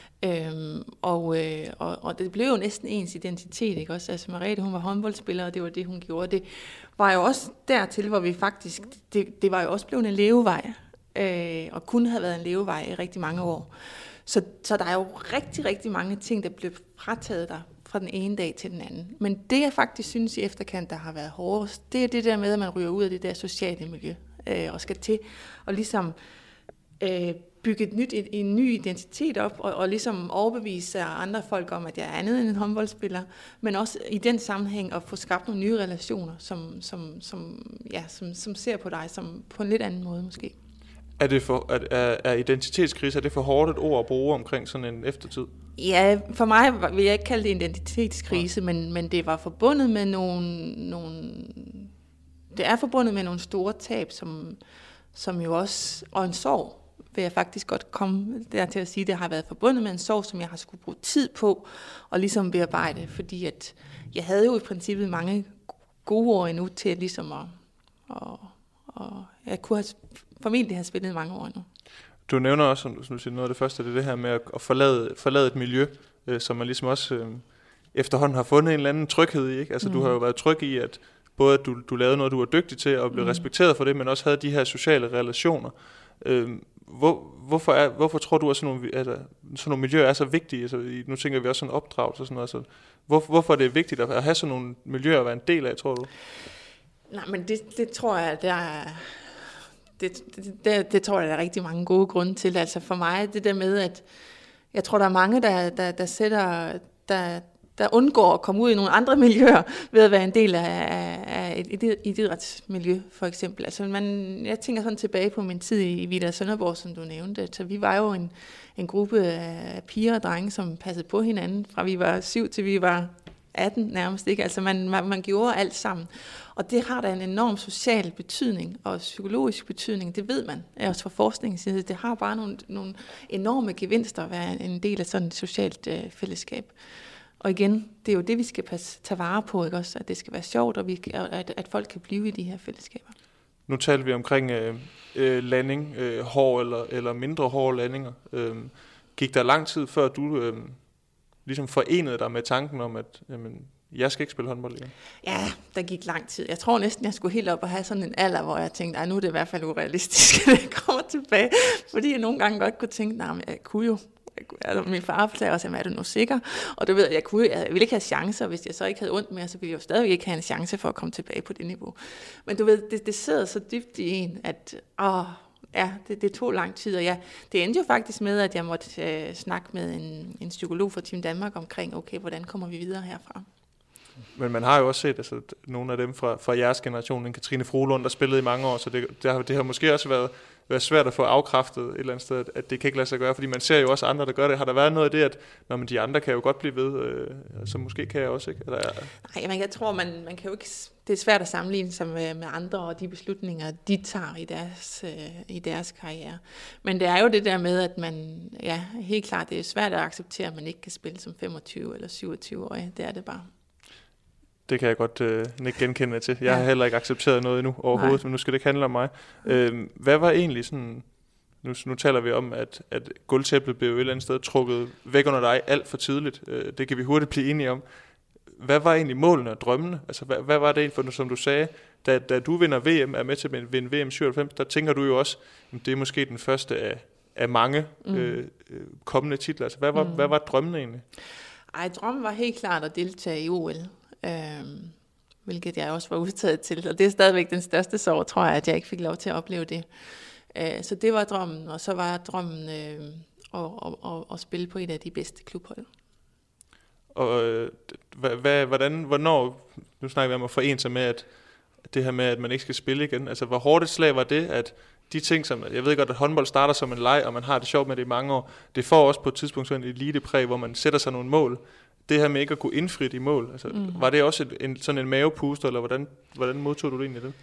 Og det blev jo næsten ens identitet, ikke også? Altså Merete, hun var håndboldspiller, og det var det, hun gjorde. Det var jo også dertil, hvor vi faktisk, det var jo også blevet en levevej, og kunne have været en levevej i rigtig mange år. Så der er jo rigtig, rigtig mange ting, der blev frataget dig fra den ene dag til den anden. Men det, jeg faktisk synes i efterkant, der har været hårdest, det er det der med, at man ryger ud af det der sociale miljø, og skal til at ligesom bygge en ny identitet op, og ligesom overbevise andre folk om, at jeg er andet end en håndboldspiller, men også i den sammenhæng at få skabt nogle nye relationer, som ser på dig som på en lidt anden måde måske. Er identitetskrise, er det for hårdt et ord at bruge omkring sådan en eftertid? Ja, for mig vil jeg ikke kalde det identitetskrise, men det var forbundet med det er forbundet med nogle store tab, som jo også, og en sorg, vil jeg faktisk godt komme der til at sige, det har været forbundet med en sorg, som jeg har skulle bruge tid på og ligesom bearbejde, fordi at jeg havde jo i princippet mange gode år endnu til ligesom og jeg kunne formentlig have spillet mange år endnu. Du nævner også, som du siger, noget af det første, det her med at forlade et miljø, som man ligesom også efterhånden har fundet en eller anden tryghed i, ikke? Altså du har jo været tryg i, at både at du lavede noget, du var dygtig til, og blev respekteret for det, men også havde de her sociale relationer. Hvorfor tror du, at sådan nogle miljøer er så vigtige? Altså, nu tænker vi også sådan opdragelse og sådan noget. Altså, hvorfor er det vigtigt at have sådan nogle miljøer at være en del af, tror du? Nej, men det tror jeg, det tror jeg, der er rigtig mange gode grunde til. Altså for mig, det der med, at jeg tror, der er mange, der undgår at komme ud i nogle andre miljøer ved at være en del af et idrætsmiljø, for eksempel. Altså jeg tænker sådan tilbage på min tid i Vidar Sønderborg, som du nævnte. Så vi var jo en gruppe af piger og drenge, som passede på hinanden, fra vi var 7 til vi var 18 nærmest, ikke? Altså man gjorde alt sammen. Og det har da en enorm social betydning og psykologisk betydning, det ved man, også fra forskningens side. Det har bare nogle enorme gevinster at være en del af sådan et socialt fællesskab. Og igen, det er jo det, vi skal tage vare på, ikke også? At det skal være sjovt, og at folk kan blive i de her fællesskaber. Nu taler vi omkring landing, hård eller mindre hårde landinger. Gik der lang tid, før du ligesom forenede dig med tanken om, at jeg skal ikke spille håndbold igen? Ja, der gik lang tid. Jeg tror næsten, jeg skulle helt op og have sådan en alder, hvor jeg tænkte, nu er det i hvert fald urealistisk, at jeg kommer tilbage. Fordi jeg nogle gange godt kunne tænke, men jeg kunne jo. Altså, min far fortalte også, er du nu sikker? Og du ved, jeg ville ikke have chancer, hvis jeg så ikke havde ondt mere, så ville jeg jo stadigvæk ikke have en chance for at komme tilbage på det niveau. Men du ved, det sidder så dybt i en, at det tog lang tid, og det endte jo faktisk med, at jeg måtte snakke med en psykolog fra Team Danmark omkring, okay, hvordan kommer vi videre herfra? Men man har jo også set, altså nogle af dem fra jeres generation, Katrine Frohlund, der spillede i mange år, så det har måske også været svært at få afkræftet et eller andet sted, at det kan ikke lade sig gøre, fordi man ser jo også andre, der gør det. Har der været noget af det, at de andre kan jo godt blive ved, så måske kan jeg også, ikke? Nej, men jeg tror, man kan jo ikke, det er svært at sammenligne sig med andre og de beslutninger, de tager i deres karriere. Men det er jo det der med, at man, helt klart, det er svært at acceptere, at man ikke kan spille som 25 eller 27-årig. Det er det bare. Det kan jeg godt ikke genkende til. Jeg har heller ikke accepteret noget endnu overhovedet, men nu skal det ikke handle om mig. Hvad var egentlig sådan... Nu taler vi om, at gulvtæppet blev et eller andet sted trukket væk under dig alt for tidligt. Det kan vi hurtigt blive enige om. hvad var egentlig målene og drømmene? Altså, hvad var det egentlig, som du sagde, da du vinder VM, er med til at vinde VM 97, der tænker du jo også, at det er måske den første af mange kommende titler. Altså, hvad var drømmen egentlig? Drømmen var helt klart at deltage i OL, hvilket jeg også var udtaget til. Og det er stadigvæk den største sorg, tror jeg, at jeg ikke fik lov til at opleve det. Så det var drømmen, og så var drømmen at spille på et af de bedste klubhold. Og hvornår, nu snakker vi om at forene sig med, at det her med, at man ikke skal spille igen, altså hvor hårdt et slag var det, at de ting, som, jeg ved godt, at håndbold starter som en leg, og man har det sjovt med det i mange år, det får også på et tidspunkt sådan en elitepræg, hvor man sætter sig nogle mål. Det her med ikke at kunne indfri de mål, altså, var det også sådan en mavepuster, eller hvordan modtog du det egentlig det?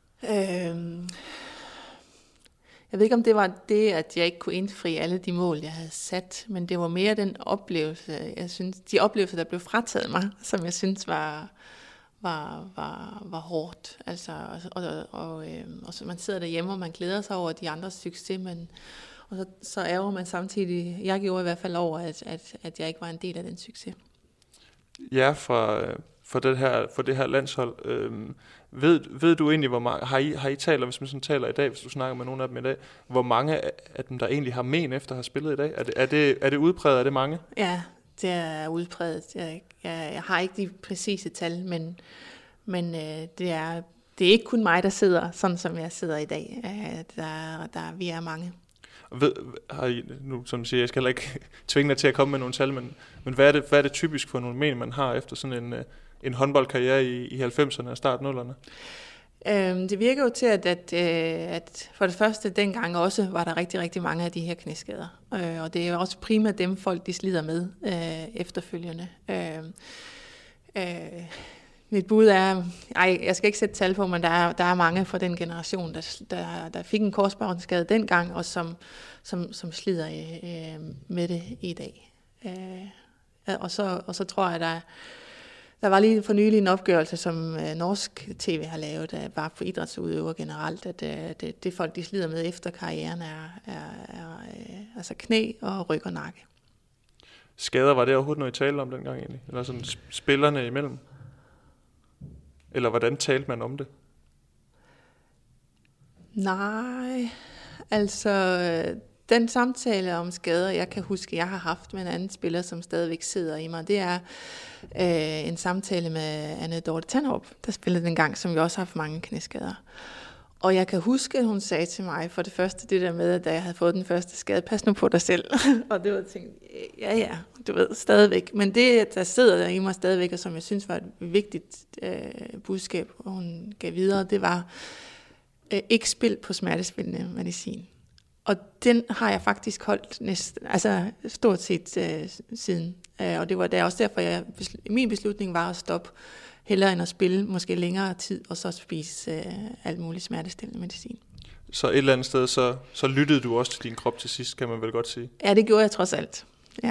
Jeg ved ikke, om det var det, at jeg ikke kunne indfri alle de mål, jeg havde sat, men det var mere den oplevelse, jeg synes, de oplevelser, der blev frataget mig, som jeg synes var hårdt. Altså, og så man sidder derhjemme, og man glæder sig over de andres succes, men og så ærger man samtidig, jeg gjorde i hvert fald over, at jeg ikke var en del af den succes. Ja, for det her landshold. Ved du egentlig, hvor mange, har I talt, hvis man sådan taler i dag, hvis du snakker med nogle af dem i dag, hvor mange af dem, der egentlig har men efter at have spillet i dag? Er det udpræget? Er det mange? Ja, det er udpræget. Jeg har ikke de præcise tal, men det er ikke kun mig, der sidder, sådan som jeg sidder i dag. Vi er mange. Har I, nu som siger, jeg skal heller ikke tvinge dig til at komme med nogle tal, men hvad er det typisk for nogle men, man har efter sådan en håndboldkarriere i 90'erne og start 0'erne? Det virker jo til, at for det første dengang også var der rigtig, rigtig mange af de her knæskader. Og det er også primært dem folk, de slider med efterfølgende. Mit bud er, jeg skal ikke sætte tal på, men der er mange fra den generation, der fik en korsbåndsskade dengang, og som slider med det i dag. Og så tror jeg, der var lige for nylig en opgørelse, som norsk tv har lavet, bare for idrætsudøvere generelt, at det folk, de slider med efter karrieren, er altså knæ og ryg og nakke. Skader, var det overhovedet noget, I talte om dengang egentlig? Eller sådan spillerne imellem? Eller hvordan talte man om det? Nej, altså den samtale om skader, jeg kan huske, jeg har haft med en anden spiller, som stadigvæk sidder i mig, det er en samtale med Anne Dorte Tanderup, der spillede dengang, som vi også har haft mange knæskader. Og jeg kan huske, at hun sagde til mig, for det første det der med, at da jeg havde fået den første skade, pas nu på dig selv. Og det var tænkt, ja, du ved, stadigvæk. Men det, der sidder der i mig stadigvæk, og som jeg synes var et vigtigt budskab, hun gav videre, det var, ikke spil på smertesvindende medicin. Og den har jeg faktisk holdt stort set siden. Og det var der også derfor, min beslutning var at stoppe, hellere end at spille måske længere tid, og så spise alt muligt smertestillende medicin. Så et eller andet sted, så lyttede du også til din krop til sidst, kan man vel godt sige? Ja, det gjorde jeg trods alt, ja.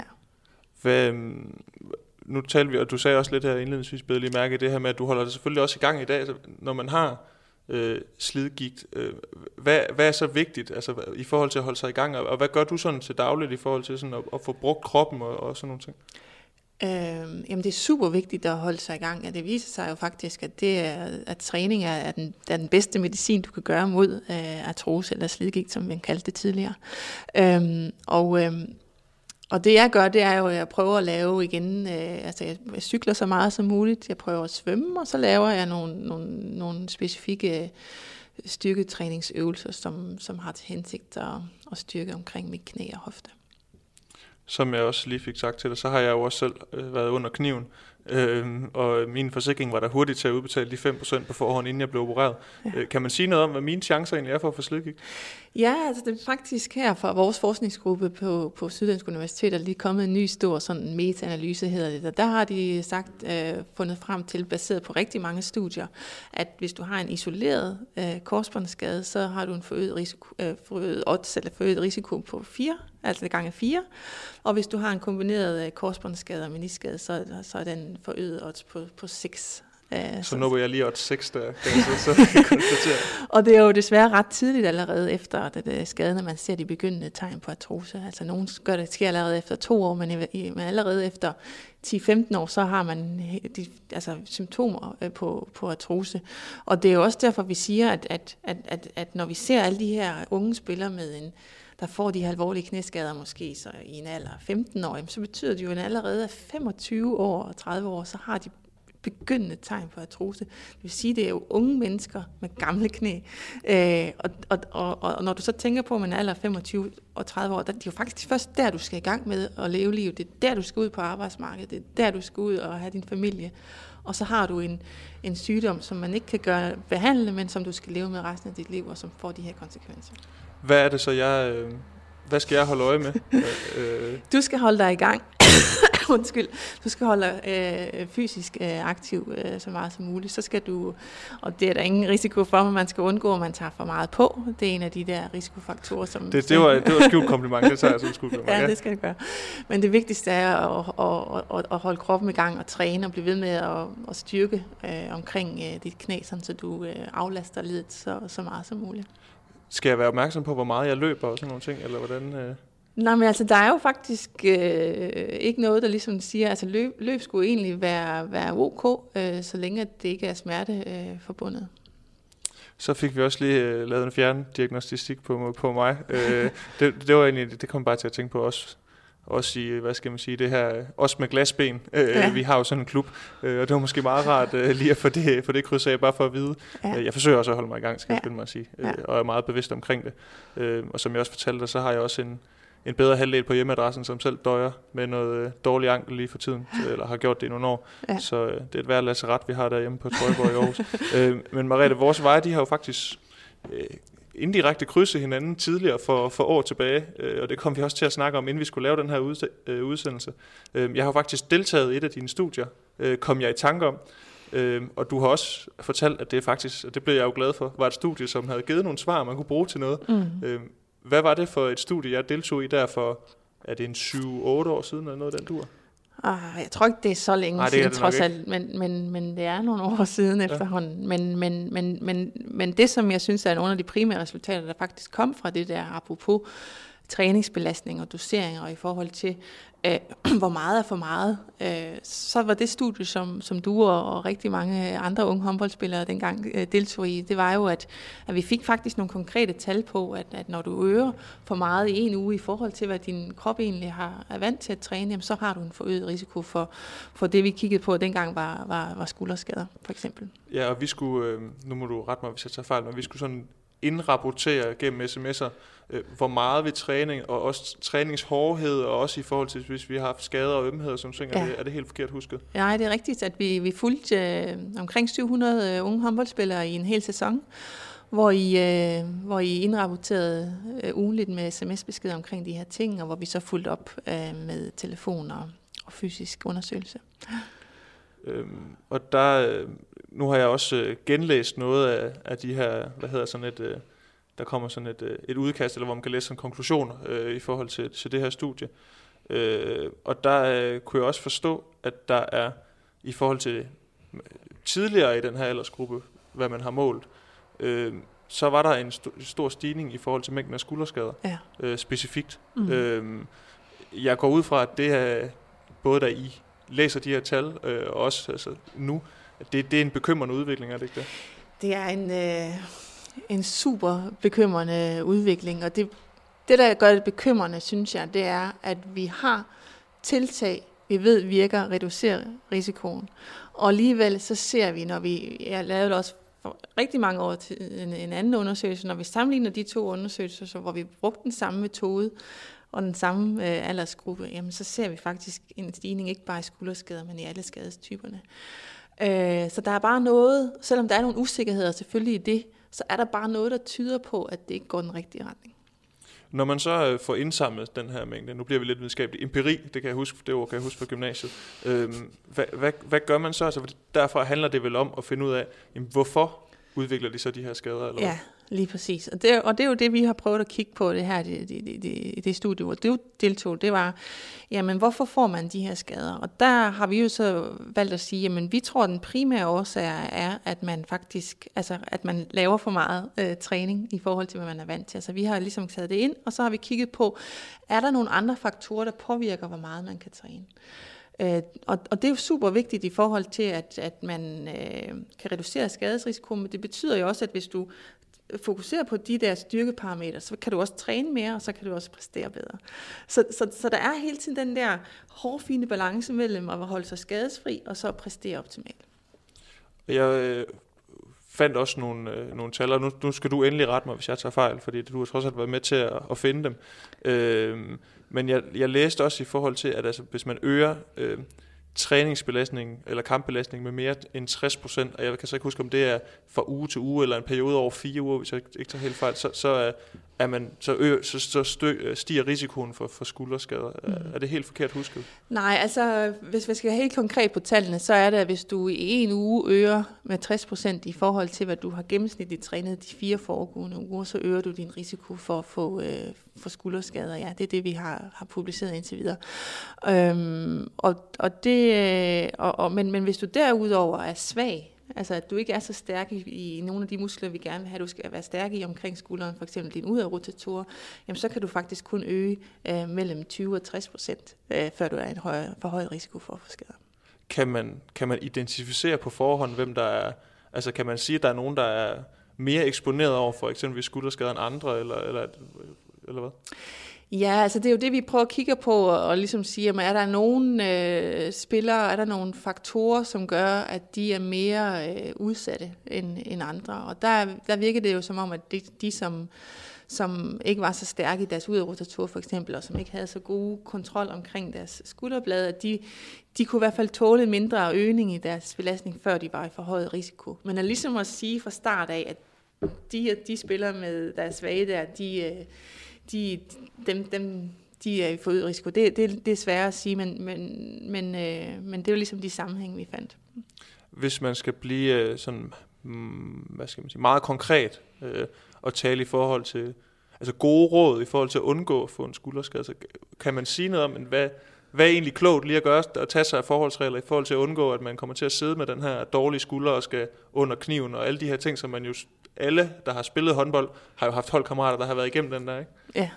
Nu talte vi, og du sagde også lidt her indledningsvis, bedre lige mærke det her med, at du holder det selvfølgelig også i gang i dag. Altså, når man har slidgigt, hvad er så vigtigt altså, i forhold til at holde sig i gang, og hvad gør du sådan til dagligt i forhold til sådan at få brugt kroppen og sådan nogle ting? Jamen det er super vigtigt at holde sig i gang, og det viser sig jo faktisk, at træning er den bedste medicin, du kan gøre mod artrose eller slidgigt, som vi kaldte det tidligere. Og det jeg gør, det er jo, at jeg prøver at lave igen, jeg cykler så meget som muligt, jeg prøver at svømme, og så laver jeg nogle specifikke styrketræningsøvelser, som har til hensigt at styrke omkring mit knæ og hofte. Som jeg også lige fik sagt til dig, så har jeg jo også selv været under kniven, og min forsikring var der hurtigt til at udbetale de 5% på forhånd, inden jeg blev opereret. Ja. Kan man sige noget om, hvad mine chancer egentlig er for at få slidgigt? Ja, altså det er faktisk her fra vores forskningsgruppe på Syddansk Universitet, der er lige kommet en ny stor sådan meta-analyse, hedder det. Og der har de fundet frem til, baseret på rigtig mange studier, at hvis du har en isoleret korsbåndsskade, så har du en forøget risiko på 4, altså gange 4. Og hvis du har en kombineret korsbåndsskade og meniskade, så er den forøget odds på 6. Så nu var jeg lige 6 der, kan jeg så konstatere. Og det er jo desværre ret tidligt allerede efter at skaden, når man ser de begyndende tegn på artrose. Altså nogen gør det sker allerede efter 2 år, men allerede efter 10-15 år, så har man symptomer på artrose. Og det er jo også derfor, vi siger, at når vi ser alle de her unge spillere der får de her alvorlige knæskader måske så i en alder af 15 år, så betyder det jo, at allerede af 25 år og 30 år, så har de begyndende tegn på artrose. Det vil sige, det er jo unge mennesker med gamle knæ. Og når du så tænker på, at man er alder 25 og 30 år, det er jo faktisk først der, du skal i gang med at leve livet. Det er der, du skal ud på arbejdsmarkedet. Det er der, du skal ud og have din familie. Og så har du en sygdom, som man ikke kan behandle, men som du skal leve med resten af dit liv, og som får de her konsekvenser. Hvad er det så, hvad skal jeg holde øje med? Du skal holde dig i gang. Undskyld. Du skal holde dig fysisk aktiv så meget som muligt. Så skal du, og det er der ingen risiko for, men man skal undgå, at man tager for meget på. Det er en af de der risikofaktorer, som... Det var skjult kompliment, det tager jeg som skjult kompliment. Ja, det skal det gøre. Men det vigtigste er at holde kroppen i gang og træne og blive ved med at styrke omkring dit knæ, så du aflaster ledet så meget som muligt. Skal jeg være opmærksom på, hvor meget jeg løber og sådan nogle ting, eller hvordan... Nej, men altså, der er jo faktisk ikke noget, der ligesom siger, altså løb skulle egentlig være ok, så længe det ikke er smerte forbundet. Så fik vi også lige lavet en fjerndiagnostik på mig. Det var egentlig, det kom bare til at tænke på også i, hvad skal man sige, det her, også med glasben. Ja. Vi har jo sådan en klub, og det var måske meget rart lige at få det kryds af, bare for at vide. Ja. Jeg forsøger også at holde mig i gang, skal jeg skynde mig at sige, og er meget bevidst omkring det. Og som jeg også fortalte dig, så har jeg også en bedre halvdel på hjemmeadressen, som selv døjer med noget dårlig ankel lige for tiden, eller har gjort det i nogle år. Ja. Så det er et værd lasseret, vi har derhjemme på Trøjborg i Aarhus. Men Merete, vores veje, de har jo faktisk indirekte krydset hinanden tidligere for år tilbage, og det kom vi også til at snakke om, inden vi skulle lave den her udsendelse. Jeg har jo faktisk deltaget i et af dine studier, kom jeg i tanke om, og du har også fortalt, at det faktisk, og det blev jeg jo glad for, var et studie, som havde givet nogle svar, man kunne bruge til noget. Hvad var det for et studie, jeg deltog i der for, er det en 7-8 år siden, eller noget af den dur? Jeg tror ikke, det er så længe siden, trods alt, men det er nogle år siden efterhånden. Men det, som jeg synes er nogle af de primære resultater, der faktisk kom fra det der, apropos træningsbelastning og doseringer, og i forhold til, hvor meget er for meget, så var det studie, som du og rigtig mange andre unge håndboldspillere dengang deltog i, det var jo, at vi fik faktisk nogle konkrete tal på, at når du øger for meget i en uge i forhold til, hvad din krop egentlig er vant til at træne, jamen, så har du en forøget risiko for det, vi kiggede på dengang var skulderskader, for eksempel. Ja, og vi skulle, nu må du rette mig, hvis jeg tager fejl, men vi skulle sådan indrapportere gennem sms'er, hvor meget ved træning, og også træningshårdhed, og også i forhold til, hvis vi har haft skader og ømheder, som ting, er det helt forkert husket? Nej, det er rigtigt, at vi fulgte omkring 700 unge håndboldspillere i en hel sæson, hvor I indrapporterede ugenligt med sms-beskeder omkring de her ting, og hvor vi så fulgte op med telefon og fysisk undersøgelse. Og der, nu har jeg også genlæst noget af de her, hvad hedder sådan et, der kommer sådan et udkast, eller hvor man kan læse sådan konklusioner i forhold til det her studie. Og der kunne jeg også forstå, at der er i forhold til tidligere i den her aldersgruppe, hvad man har målt, så var der en stor stigning i forhold til mængden af skulderskader, specifikt. Jeg går ud fra, at det er både der I læser de her tal, og også altså, nu, at det er en bekymrende udvikling, er det ikke det? Det er en super bekymrende udvikling, og det der gør det bekymrende, synes jeg, det er, at vi har tiltag, vi ved virker at reducere risikoen. Og alligevel så ser vi, jeg lavede også for rigtig mange år til en anden undersøgelse, når vi sammenligner de to undersøgelser, hvor vi brugte den samme metode, og den samme aldersgruppe, jamen så ser vi faktisk en stigning, ikke bare i skulderskader, men i alle skadestyperne. Så der er bare noget, selvom der er nogle usikkerheder selvfølgelig i det, så er der bare noget, der tyder på, at det ikke går den rigtige retning. Når man så får indsamlet den her mængde, nu bliver vi lidt videnskabelig, empiri, det kan jeg huske fra gymnasiet, hvad gør man så? Altså, derfra handler det vel om at finde ud af, jamen, hvorfor udvikler de så de her skader? Eller Lige præcis. Og det er jo det, vi har prøvet at kigge på det her, det studie, hvor du deltog. Det var, jamen hvorfor får man de her skader? Og der har vi jo så valgt at sige, jamen vi tror, at den primære årsag er, at man faktisk, altså at man laver for meget træning i forhold til, hvad man er vant til. Altså vi har ligesom taget det ind, og så har vi kigget på, er der nogle andre faktorer, der påvirker, hvor meget man kan træne? Og det er jo super vigtigt i forhold til, at man kan reducere skadesrisiko, men det betyder jo også, at hvis du fokuserer på de der styrkeparametre, så kan du også træne mere, og så kan du også præstere bedre. Så der er hele tiden den der hårfine balance mellem at holde sig skadesfri, og så præstere optimalt. Jeg fandt også nogle tal, og nu skal du endelig rette mig, hvis jeg tager fejl, fordi du har trods alt været med til at finde dem. Men jeg læste også i forhold til, at altså, hvis man øger træningsbelastning eller kampbelastning med mere end 60%, og jeg kan så ikke huske, om det er fra uge til uge, eller en periode over 4 uger, hvis jeg ikke tager helt fejl, så stiger risikoen for skulderskader. Er det helt forkert husket? Nej, altså hvis vi skal være helt konkret på tallene, så er det, at hvis du i en uge øger med 60% i forhold til, hvad du har gennemsnitligt trænet de 4 foregående uger, så øger du din risiko for at få skulderskader. Ja, det er det, vi har publiceret indtil videre. Men hvis du derudover er svag, altså at du ikke er så stærk i nogle af de muskler, vi gerne vil have, du skal være stærk i omkring skulderen, for eksempel dine udadrotatorer, jamen så kan du faktisk kun øge mellem 20 og 60%, før du er en forhøjet risiko for at få skader. Kan man identificere på forhånd, hvem der er, altså kan man sige, at der er nogen, der er mere eksponeret over for eksempelvis skulderskader end andre, eller hvad? Ja, altså det er jo det, vi prøver at kigge på, og ligesom sige, er der nogle spillere, er der nogle faktorer, som gør, at de er mere udsatte end andre. Og der virker det jo som om, at de som ikke var så stærke i deres udadrotator for eksempel, og som ikke havde så god kontrol omkring deres skulderblade, at de kunne i hvert fald tåle mindre øgning i deres belastning, før de var i forhøjet risiko. Men at ligesom at sige fra start af, at de spillere med deres svage der, de er i forøget risiko. Det er svært at sige, men det er jo ligesom de sammenhæng, vi fandt. Hvis man skal blive sådan, hvad skal man sige, meget konkret og tale i forhold til, altså gode råd i forhold til at undgå at få en skulderskade, så kan man sige noget om, hvad er egentlig klogt lige at gøre, at tage sig af forholdsregler i forhold til at undgå, at man kommer til at sidde med den her dårlige skulder og skal under kniven, og alle de her ting, som man jo, alle, der har spillet håndbold, har jo haft holdkammerater, der har været igennem den der, ikke? Ja.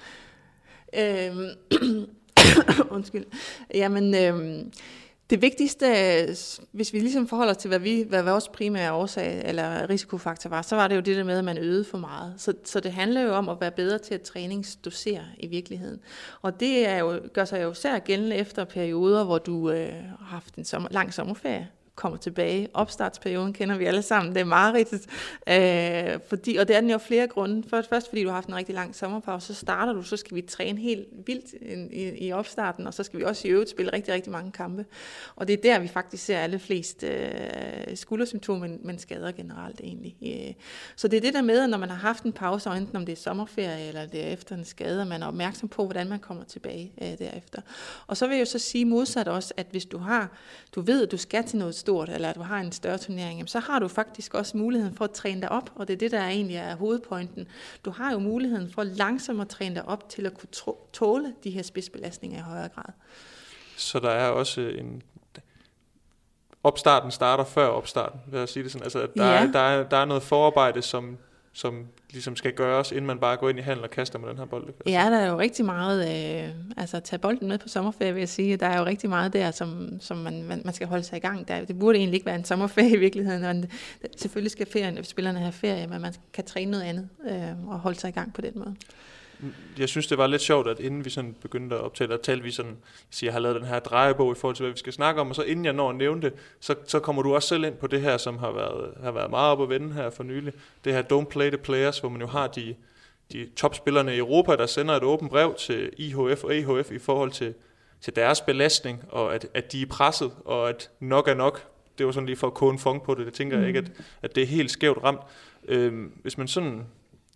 Undskyld. Jamen, det vigtigste, hvis vi ligesom forholder os til, hvad vores primære årsag eller risikofaktor var, så var det jo det der med, at man øvede for meget. Så det handler jo om at være bedre til at træningsdosere i virkeligheden. Og det gør sig jo især gældende efter perioder, hvor du har haft en lang sommerferie, kommer tilbage. Opstartsperioden kender vi alle sammen. Det er mareridtet. Og det er den jo flere grunde. Først fordi du har haft en rigtig lang sommerpause, så starter du, så skal vi træne helt vildt i opstarten, og så skal vi også i øvrigt spille rigtig, rigtig mange kampe. Og det er der, vi faktisk ser alle flest skuldersymptomer, men skader generelt egentlig. Så det er det der med, at når man har haft en pause, enten om det er sommerferie, eller det er efter en skade, man er opmærksom på, hvordan man kommer tilbage derefter. Og så vil jeg jo så sige modsat også, at hvis du ved, at du skal til noget stort, eller at du har en større turnering, så har du faktisk også muligheden for at træne dig op, og det er det, der egentlig er hovedpointen. Du har jo muligheden for langsomt at træne dig op til at kunne tåle de her spidsbelastninger i højere grad. Så der er også en... Opstarten starter før opstarten, vil jeg sige det sådan. Altså, der er noget forarbejde, som ligesom skal gøres, inden man bare går ind i handel og kaster med den her bold. Altså. Ja, der er jo rigtig meget, at tage bolden med på sommerferie, vil jeg sige. Der er jo rigtig meget der, som man skal holde sig i gang. Det burde egentlig ikke være en sommerferie i virkeligheden, og selvfølgelig skal spillerne have ferie, men man kan træne noget andet og holde sig i gang på den måde. Jeg synes, det var lidt sjovt, at inden vi sådan begyndte at optale, talte vi sådan, jeg har lavet den her drejebog i forhold til, hvad vi skal snakke om, og så inden jeg når at nævne det, så kommer du også selv ind på det her, som har været meget op at vende her for nylig. Det her Don't Play the Players, hvor man jo har de topspillerne i Europa, der sender et åbent brev til IHF og EHF i forhold til deres belastning, og at de er presset, og at nok er nok. Det var sådan lige for at koge en fong på det. Det tænker jeg ikke, at det er helt skævt ramt. Hvis man sådan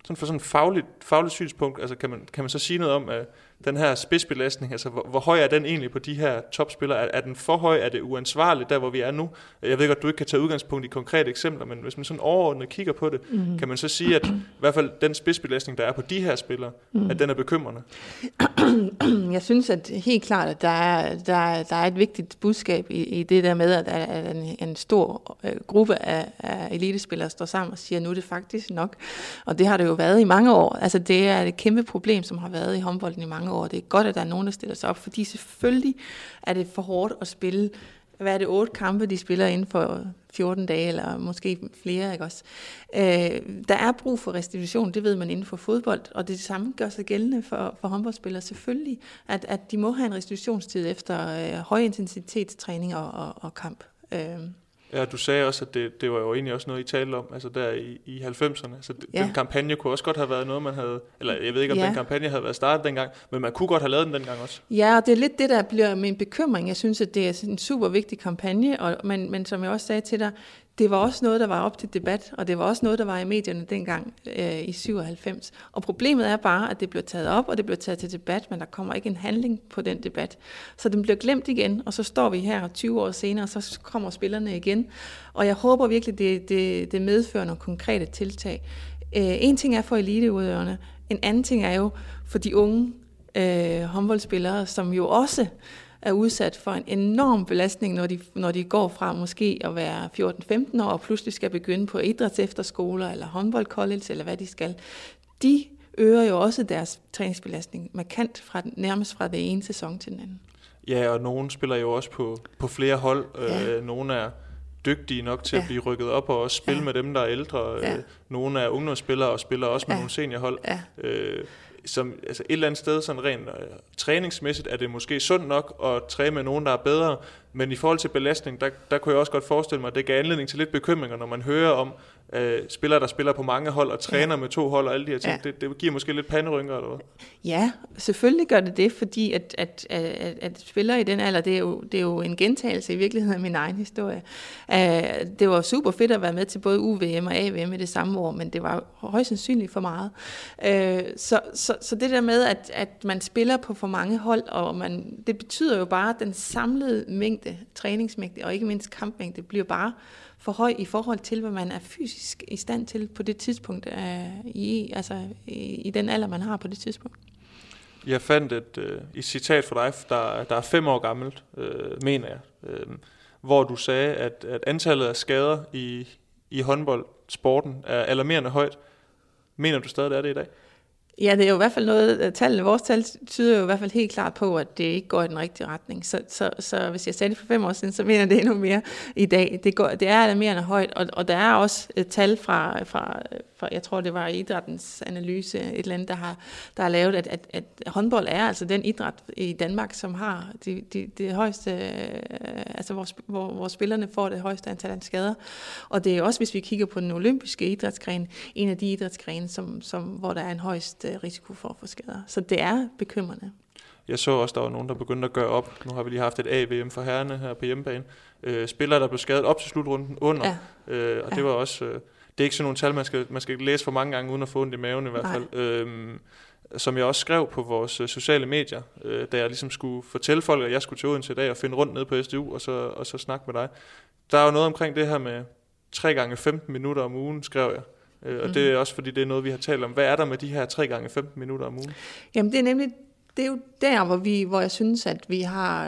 sådan for sådan fagligt synspunkt, altså kan man så sige noget om den her spidsbelastning, altså hvor høj er den egentlig på de her topspillere? Er den for høj? Er det uansvarligt der, hvor vi er nu? Jeg ved godt, du ikke kan tage udgangspunkt i konkrete eksempler, men hvis man sådan overordnet kigger på det, kan man så sige, at i hvert fald den spidsbelastning, der er på de her spillere, at den er bekymrende? Jeg synes, at helt klart, at der er et vigtigt budskab i det der med, at der er en stor gruppe af elitespillere, der står sammen og siger, nu er det faktisk nok. Og det har det jo været i mange år. Altså det er et kæmpe problem, som har været i håndbolden i mange år. Det er godt, at der er nogen, der stiller sig op, fordi selvfølgelig er det for hårdt at spille. Hvad er det, 8 kampe, de spiller inden for 14 dage, eller måske flere, ikke også? Der er brug for restitution, det ved man inden for fodbold, og det samme gør sig gældende for håndboldspillere selvfølgelig, at de må have en restitutionstid efter højintensitetstræning og kamp. Ja, du sagde også, at det var jo egentlig også noget, I talte om, altså der i 90'erne. Altså den kampagne kunne også godt have været noget, man havde, eller jeg ved ikke, om den kampagne havde været startet dengang, men man kunne godt have lavet den dengang også. Ja, og det er lidt det, der bliver min bekymring. Jeg synes, at det er en super vigtig kampagne, men som jeg også sagde til dig, det var også noget, der var op til debat, og det var også noget, der var i medierne dengang i 97. Og problemet er bare, at det blev taget op, og det blev taget til debat, men der kommer ikke en handling på den debat. Så den bliver glemt igen, og så står vi her 20 år senere, og så kommer spillerne igen. Og jeg håber virkelig, det medfører nogle konkrete tiltag. En ting er for eliteudøverne, en anden ting er jo for de unge håndboldspillere, som jo også er udsat for en enorm belastning, når de går fra måske at være 14-15 år, og pludselig skal begynde på idrætsefterskoler, eller håndboldcollege, eller hvad de skal. De øger jo også deres træningsbelastning markant nærmest fra den ene sæson til den anden. Ja, og nogen spiller jo også på flere hold. Nogle er dygtige nok til at blive rykket op og også spille med dem, der er ældre. Nogle er ungdomsspillere og spiller også med nogle seniorhold. Som, altså et eller andet sted, sådan rent træningsmæssigt, er det måske sundt nok at træne med nogen, der er bedre, men i forhold til belastning, der kunne jeg også godt forestille mig, at det gav anledning til lidt bekymringer, når man hører om spillere, der spiller på mange hold og træner med 2 hold og alle de her ting. Det giver måske lidt panderynker, eller hvad? Ja, selvfølgelig gør det, fordi at spillere i den alder, det er jo en gentagelse i virkeligheden af min egen historie. Det var super fedt at være med til både UVM og AVM i det samme år, men det var højst sandsynligt for meget. Så det der med, at man spiller på for mange hold, og det betyder jo bare, at den samlede mængde, træningsmængde og ikke mindst kampmængde, bliver bare for høj i forhold til, hvad man er fysisk i stand til på det tidspunkt, i den alder, man har på det tidspunkt. Jeg fandt et citat fra dig, der er 5 år gammelt, mener jeg, hvor du sagde, at antallet af skader i håndboldsporten er alarmerende højt. Mener du stadig, det er det i dag? Ja, det er jo i hvert fald noget, vores tal tyder jo i hvert fald helt klart på, at det ikke går i den rigtige retning. Så hvis jeg sagde det for 5 år siden, så mener jeg det endnu mere i dag. Det er alarmerende højt, og der er også et tal fra jeg tror det var idrættens analyse, et eller andet, der har lavet, at håndbold er altså den idræt i Danmark, som har det højeste, altså hvor spillerne får det højeste antal af skader. Og det er også, hvis vi kigger på den olympiske idrætsgren, en af de idrætsgrene, hvor der er en højst risiko for at få skader. Så det er bekymrende. Jeg så også, der var nogen, der begyndte at gøre op. Nu har vi lige haft et AVM for herrene her på hjemmebane. Spillere, der blev skadet op til slutrunden under. Og det var også... det er ikke sådan nogle tal, man skal læse for mange gange, uden at få ondt i maven i hvert fald. Som jeg også skrev på vores sociale medier, da jeg ligesom skulle fortælle folk, at jeg skulle til Odense i dag og finde rundt ned på SDU, og så snakke med dig. Der er jo noget omkring det her med 3 gange 15 minutter om ugen, skrev jeg. Og det er også fordi, det er noget, vi har talt om. Hvad er der med de her 3 gange 15 minutter om ugen? Jamen det er jo der, hvor jeg synes, at vi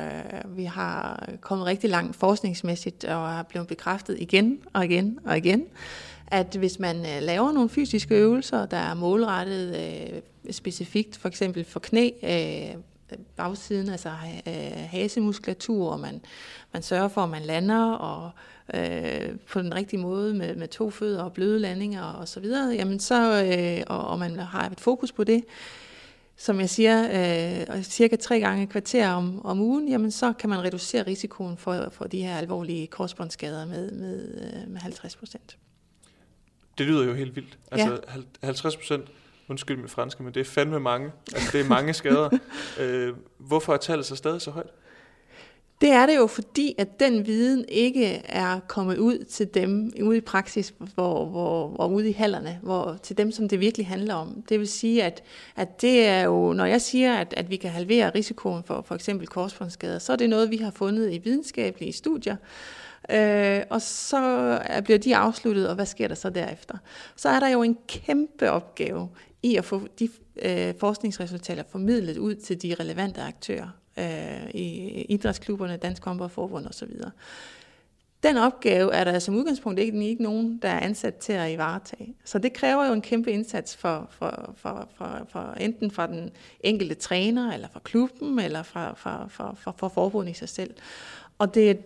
har kommet rigtig langt forskningsmæssigt og har blevet bekræftet igen og igen og igen, at hvis man laver nogle fysiske øvelser, der er målrettet specifikt, for eksempel for knæ, bagsiden, altså hasemuskulatur, og man sørger for, at man lander og på den rigtige måde med 2 fødder og bløde landinger og så videre, jamen og man har et fokus på det, som jeg siger, cirka 3 gange et kvarter om ugen, jamen så kan man reducere risikoen for de her alvorlige korsbåndsskader med 50%. Det lyder jo helt vildt. Altså 50%, undskyld mit franske, men det er fandme mange. Altså det er mange skader. Hvorfor er tallet så stadig så højt? Det er det jo, fordi at den viden ikke er kommet ud til dem, ude i praksis, og ude i hallerne, til dem, som det virkelig handler om. Det vil sige, at det er jo, når jeg siger, at vi kan halvere risikoen for eksempel korsbåndsskader, så er det noget, vi har fundet i videnskabelige studier, og så bliver de afsluttet, og hvad sker der så derefter? Så er der jo en kæmpe opgave i at få de forskningsresultater formidlet ud til de relevante aktører, i idrætsklubberne, Dansk Håndboldforbund osv. Den opgave er der som udgangspunkt ikke nogen, der er ansat til at ivaretage. Så det kræver jo en kæmpe indsats for enten fra den enkelte træner, eller fra klubben, eller fra forbundet i sig selv. Og det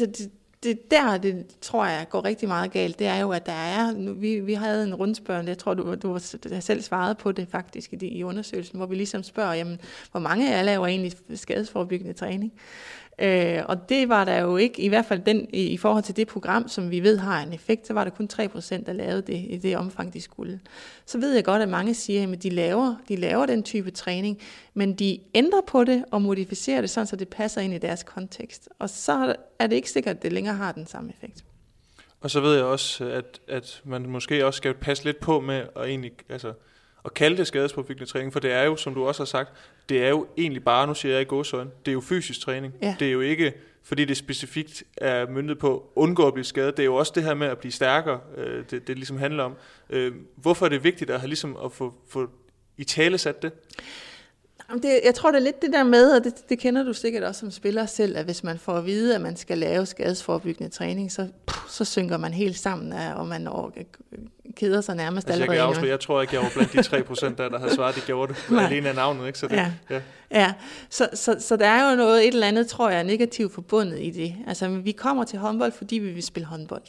tror jeg går rigtig meget galt. Det er jo, at der er, vi havde en rundspørg, jeg tror, du har selv svaret på det faktisk i undersøgelsen, hvor vi ligesom spørger, jamen, hvor mange af jer laver egentlig skadesforebyggende træning? Og det var der jo ikke, i hvert fald i forhold til det program, som vi ved har en effekt, så var der kun 3%, der lavede det i det omfang, de skulle. Så ved jeg godt, at mange siger, at de laver den type træning, men de ændrer på det og modificerer det, sådan så det passer ind i deres kontekst. Og så er det ikke sikkert, at det længere har den samme effekt. Og så ved jeg også, at man måske også skal passe lidt på med at egentlig, at kalde det skadesforebyggende træning, for det er jo, som du også har sagt, det er jo egentlig bare, nu siger jeg i gåseøjne, det er jo fysisk træning. Ja. Det er jo ikke, fordi det specifikt er møntet på at undgå at blive skadet. Det er jo også det her med at blive stærkere, det ligesom handler om. Hvorfor er det vigtigt at have ligesom at få italesat det? Jeg tror, det er lidt det der med, og det kender du sikkert også som spiller selv, at hvis man får at vide, at man skal lave skadesforebyggende træning, så synker man helt sammen, og man keder sig nærmest allerede. Jeg tror ikke, jeg var blandt de 3%, der havde svaret, de gjorde det. Alene af navnet, ikke? Så det, ja. Så der er jo et eller andet, tror jeg, negativt forbundet i det. Altså, vi kommer til håndbold, fordi vi vil spille håndbold.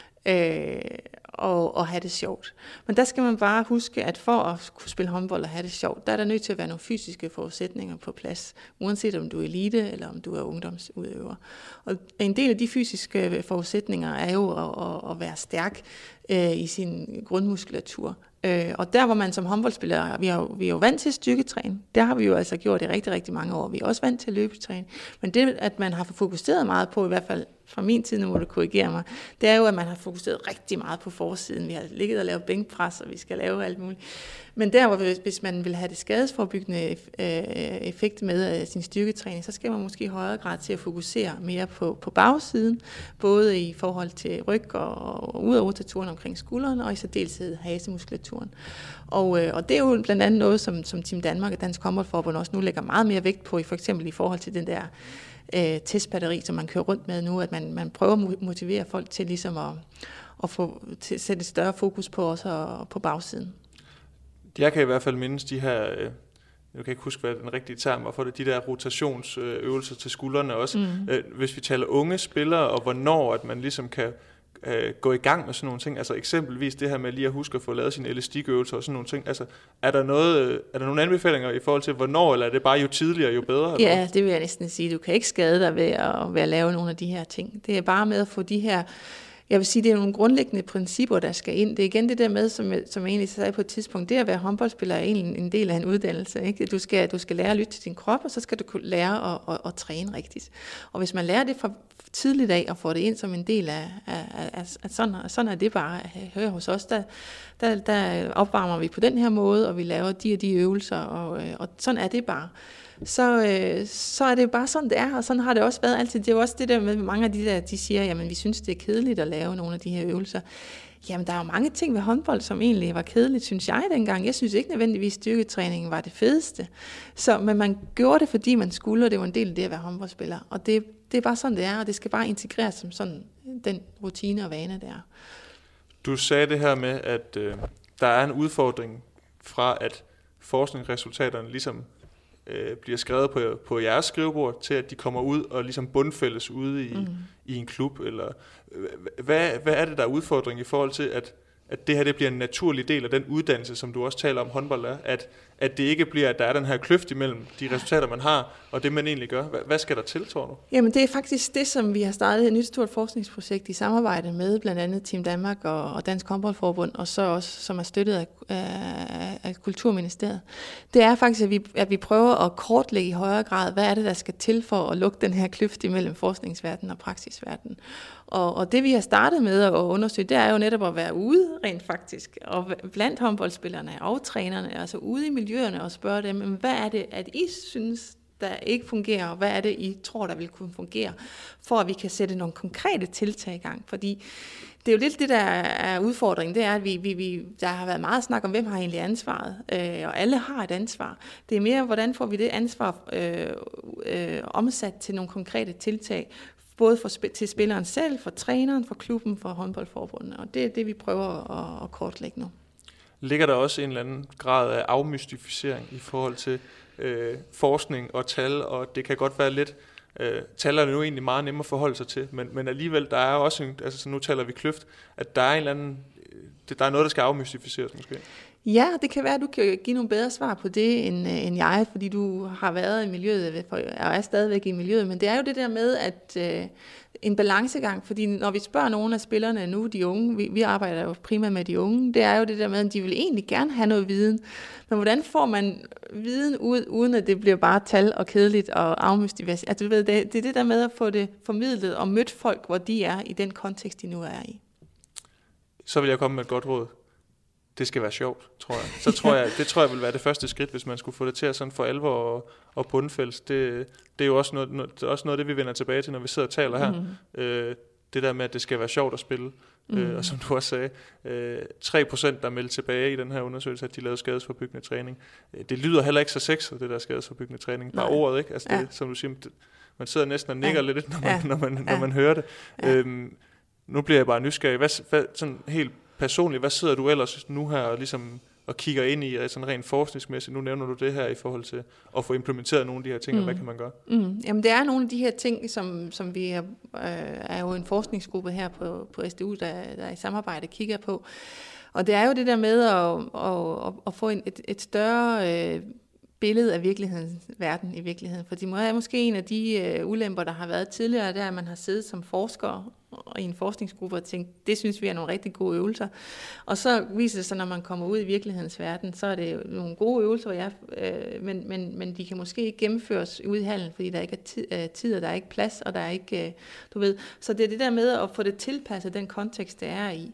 Og have det sjovt. Men der skal man bare huske, at for at kunne spille håndbold og have det sjovt, der er der nødt til at være nogle fysiske forudsætninger på plads, uanset om du er elite eller om du er ungdomsudøver. Og en del af de fysiske forudsætninger er jo at være stærk i sin grundmuskulatur. Og der hvor man som håndboldspiller, vi er jo vant til at styrketræne, det har vi jo altså gjort i rigtig, rigtig mange år. Vi er også vant til at løbetræne. Men det, at man har fokuseret meget på, i hvert fald fra min tid, nu må du korrigere mig, det er jo, at man har fokuseret rigtig meget på forsiden. Vi har ligget og lavet bænkpres, og vi skal lave alt muligt. Men der, hvor hvis man vil have det skadesforebyggende effekt med sin styrketræning, så skal man måske i højere grad til at fokusere mere på bagsiden, både i forhold til ryg og ud af rotaturen omkring skuldrene, og i særdeleshed hasemuskulaturen. Og det er jo blandt andet noget, som Team Danmark og Dansk Håndboldforbund også nu lægger meget mere vægt på, for eksempel i forhold til den der testbatteri, som man kører rundt med nu, at man prøver at motivere folk til ligesom at få til at sætte et større fokus på også på bagsiden. Jeg kan i hvert fald mindes de her, jeg kan ikke huske, hvad den rigtige term var for det, de der rotationsøvelser til skuldrene også. Hvis vi taler unge spillere, og hvornår at man ligesom kan gå i gang med sådan nogle ting, altså eksempelvis det her med lige at huske at få lavet sine elastikøvelser og sådan nogle ting, altså er der nogle anbefalinger i forhold til hvornår, eller er det bare jo tidligere, jo bedre? Eller? Ja, det vil jeg næsten sige. Du kan ikke skade dig ved at lave nogle af de her ting. Det er bare med at få de her, jeg vil sige, det er nogle grundlæggende principper, der skal ind. Det er igen det der med, som jeg egentlig sagde på et tidspunkt, det at være håndboldspiller er egentlig en del af en uddannelse. Ikke? Du skal lære at lytte til din krop, og så skal du lære at træne rigtigt. Og hvis man lærer det fra tidligt af, og får det ind som en del af sådan er det bare. Hører hos os, der opvarmer vi på den her måde, og vi laver de og de øvelser, og sådan er det bare. Så er det bare sådan, det er, og sådan har det også været altid. Det er jo også det der med mange af de der, de siger, jamen vi synes, det er kedeligt at lave nogle af de her øvelser. Jamen der er jo mange ting ved håndbold, som egentlig var kedeligt, synes jeg dengang. Jeg synes ikke nødvendigvis, styrketræningen var det fedeste. Men man gjorde det, fordi man skulle, og det var en del af det at være håndboldspiller. Og det er bare sådan, det er, og det skal bare integreres som sådan den rutine og vane, der er. Du sagde det her med, at der er en udfordring fra, at forskningsresultaterne ligesom bliver skrevet på jeres skrivebord, til at de kommer ud og ligesom bundfældes ude i en klub, eller hvad er det, der er udfordring i forhold til, at det her det bliver en naturlig del af den uddannelse, som du også taler om håndbold er, at det ikke bliver, at der er den her kløft imellem de resultater, man har, og det, man egentlig gør. Hvad skal der til, tror du? Jamen, det er faktisk det, som vi har startet et nyt stort forskningsprojekt i samarbejde med blandt andet Team Danmark og Dansk Håndboldforbund, og så også, som er støttet af af Kulturministeriet, det er faktisk, at vi prøver at kortlægge i højere grad, hvad er det, der skal til for at lukke den her kløft imellem forskningsverdenen og praksisverdenen. Og det vi har startet med at undersøge, det er jo netop at være ude rent faktisk, og blandt håndboldspillerne og trænerne, altså ude i miljøerne og spørge dem, hvad er det, at I synes, der ikke fungerer, og hvad er det, I tror, der vil kunne fungere, for at vi kan sætte nogle konkrete tiltag i gang. Fordi det er jo lidt det, der er udfordringen, det er, at der har været meget snak om, hvem har egentlig ansvaret, og alle har et ansvar. Det er mere, hvordan får vi det ansvar omsat til nogle konkrete tiltag, både til spilleren selv, for træneren, for klubben, for håndboldforbundet, og det er det, vi prøver at kortlægge nu. Ligger der også en eller anden grad af afmystificering i forhold til forskning og tal, og det kan godt være lidt, tal er nu egentlig meget nemmere at forholde sig til, men alligevel, der er også, altså nu taler vi kløft, at der er en eller anden, der er noget, der skal afmystificeres måske. Ja, det kan være, at du kan give nogle bedre svar på det, end jeg, fordi du har været i miljøet, og er stadigvæk i miljøet, men det er jo det der med, at en balancegang, fordi når vi spørger nogle af spillerne nu, de unge, vi arbejder jo primært med de unge, det er jo det der med, at de vil egentlig gerne have noget viden, men hvordan får man viden ud, uden at det bliver bare tal og kedeligt og afmystificeret? Altså, du ved, det er det der med at få det formidlet og mødt folk, hvor de er i den kontekst, de nu er i. Så vil jeg komme med et godt råd. Det skal være sjovt, tror jeg. Så det tror jeg vil være det første skridt, hvis man skulle få det til at sådan for alvor og bundfældes. Det er jo også noget af det, vi vender tilbage til, når vi sidder og taler her. Det der med, at det skal være sjovt at spille. Og som du også sagde, 3% der meldte tilbage i den her undersøgelse, at de lavede skadesforbyggende træning. Det lyder heller ikke så sexet, det der skadesforbyggende træning. Bare ordet, ikke? Altså det, som du siger, man sidder næsten og nikker lidt, når man hører det. Nu bliver jeg bare nysgerrig. Hvad sådan helt personligt, hvad sidder du ellers nu her og ligesom og kigger ind i sådan rent forskningsmæssigt? Nu nævner du det her i forhold til at få implementeret nogle af de her ting, og hvad kan man gøre? Jamen det er nogle af de her ting, som vi er jo en forskningsgruppe her på SDU, der i samarbejde kigger på. Og det er jo det der med at få et større billede af virkelighedens verden i virkeligheden. For det er måske en af de ulemper, der har været tidligere, der at man har siddet som forsker i en forskningsgruppe og tænkt, det synes vi er nogle rigtig gode øvelser. Og så viser det sig, når man kommer ud i virkelighedens verden, så er det jo nogle gode øvelser, men de kan måske ikke gennemføres ude i hallen, fordi der ikke er tid, og der er ikke plads, og der er ikke, du ved. Så det er det der med at få det tilpasset den kontekst, det er i.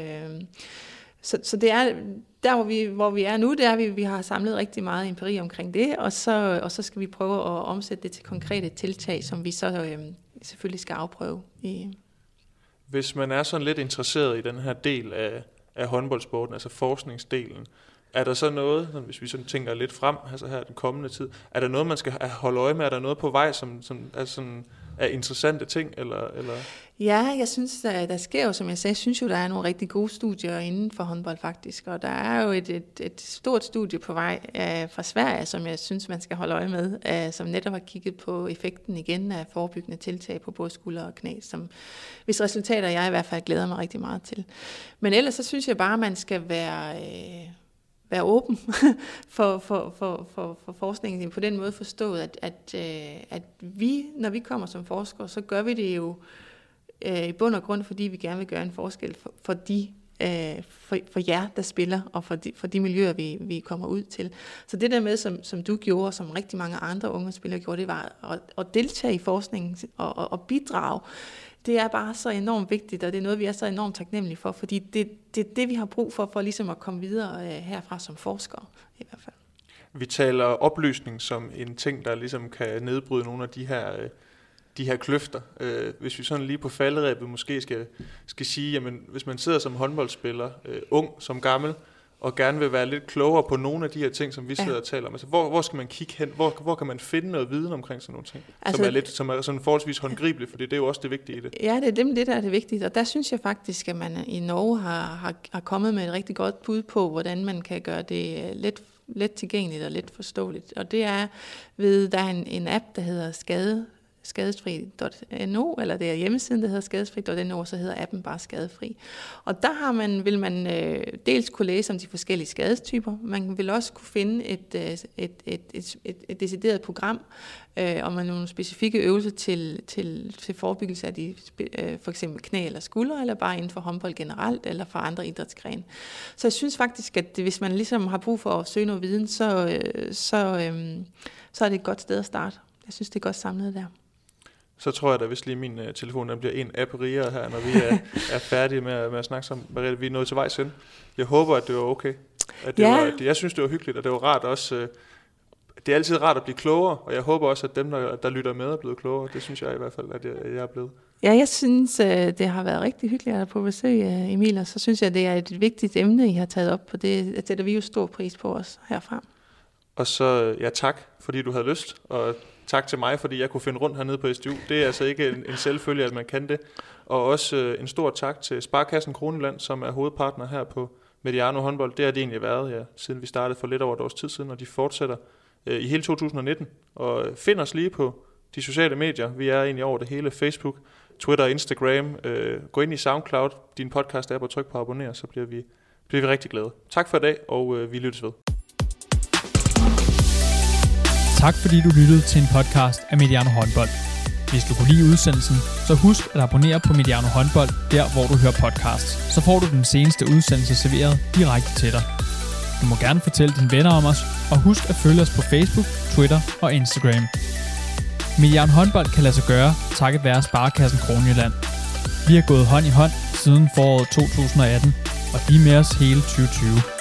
Så det er der, hvor vi er nu, det er, vi har samlet rigtig meget empiri omkring det, og så skal vi prøve at omsætte det til konkrete tiltag, som vi så selvfølgelig skal afprøve. Hvis man er sådan lidt interesseret i den her del af håndboldsporten, altså forskningsdelen, er der så noget, hvis vi sådan tænker lidt frem, altså her den kommende tid, er der noget, man skal holde øje med? Er der noget på vej, som er sådan er interessante ting? Eller? Ja, jeg synes, der sker jo, som jeg sagde, synes jo, der er nogle rigtig gode studier inden for håndbold faktisk, og der er jo et stort studie på vej fra Sverige, som jeg synes, man skal holde øje med, som netop har kigget på effekten igen af forebyggende tiltag på både skulder og knæ, hvis resultater jeg i hvert fald glæder mig rigtig meget til. Men ellers så synes jeg bare, man skal være åben for forskningen på den måde forstået, at vi, når vi kommer som forskere, så gør vi det jo i bund og grund, fordi vi gerne vil gøre en forskel for jer, der spiller, og for de miljøer, vi kommer ud til. Så det der med, som du gjorde, og som rigtig mange andre unge spillere gjorde, det var at deltage i forskningen og bidrage. Det er bare så enormt vigtigt, og det er noget, vi er så enormt taknemmelige for, fordi det er det, vi har brug for ligesom at komme videre herfra som forskere i hvert fald. Vi taler oplysning som en ting, der ligesom kan nedbryde nogle af de her kløfter. Hvis vi sådan lige på falderebet måske skal sige, jamen hvis man sidder som håndboldspiller, ung som gammel, og gerne vil være lidt klogere på nogle af de her ting, som vi sidder og taler om. Altså, hvor skal man kigge hen? Hvor kan man finde noget viden omkring sådan nogle ting? Altså, som er sådan forholdsvis håndgribeligt, for det er jo også det vigtige i det. Ja, det er det, der er det vigtige. Og der synes jeg faktisk, at man i Norge har kommet med et rigtig godt bud på, hvordan man kan gøre det let tilgængeligt og let forståeligt. Og det er der er en app, der hedder skadesfri.no, eller det er hjemmesiden, der hedder skadesfri.no, og så hedder appen bare Skadefri. Og der vil man dels kunne læse om de forskellige skadestyper. Man vil også kunne finde et decideret program og med nogle specifikke øvelser til forebyggelse af for eksempel knæ eller skuldre, eller bare inden for håndbold generelt, eller for andre idrætsgrene. Så jeg synes faktisk, at hvis man ligesom har brug for at søge noget viden, så er det et godt sted at starte. Jeg synes, det er godt samlet der. Så tror jeg da, hvis lige min telefon den bliver en app rigere her, når vi er færdige med at snakke sammen. Vi er nået til vejs ind. Jeg håber, at det var okay. Jeg synes, det var hyggeligt, og det var rart også. Det er altid rart at blive klogere, og jeg håber også, at dem, der lytter med, er blevet klogere. Det synes jeg i hvert fald, at jeg er blevet. Ja, jeg synes, det har været rigtig hyggeligt at på besøg, Emil, og så synes jeg, det er et vigtigt emne, I har taget op på det. Sætter vi jo stor pris på os herfra. Og så tak, fordi du havde lyst, og tak til mig, fordi jeg kunne finde rundt hernede på SDU. Det er altså ikke en selvfølge, at man kan det. Og også en stor tak til Sparekassen Kronjylland, som er hovedpartner her på Mediano Håndbold. Det har de egentlig været, siden vi startede for lidt over et års tid siden, og de fortsætter i hele 2019. Og find os lige på de sociale medier. Vi er egentlig over det hele: Facebook, Twitter, Instagram. Gå ind i SoundCloud, din podcast-app, og tryk på abonner, så bliver vi rigtig glade. Tak for i dag, og vi lyttes ved. Tak fordi du lyttede til en podcast af Mediano Håndbold. Hvis du kunne lide udsendelsen, så husk at abonnere på Mediano Håndbold, der hvor du hører podcasts. Så får du den seneste udsendelse serveret direkte til dig. Du må gerne fortælle dine venner om os, og husk at følge os på Facebook, Twitter og Instagram. Mediano Håndbold kan lade sig gøre, takket være Sparekassen Kronjylland. Vi har gået hånd i hånd siden foråret 2018, og de er med os hele 2020.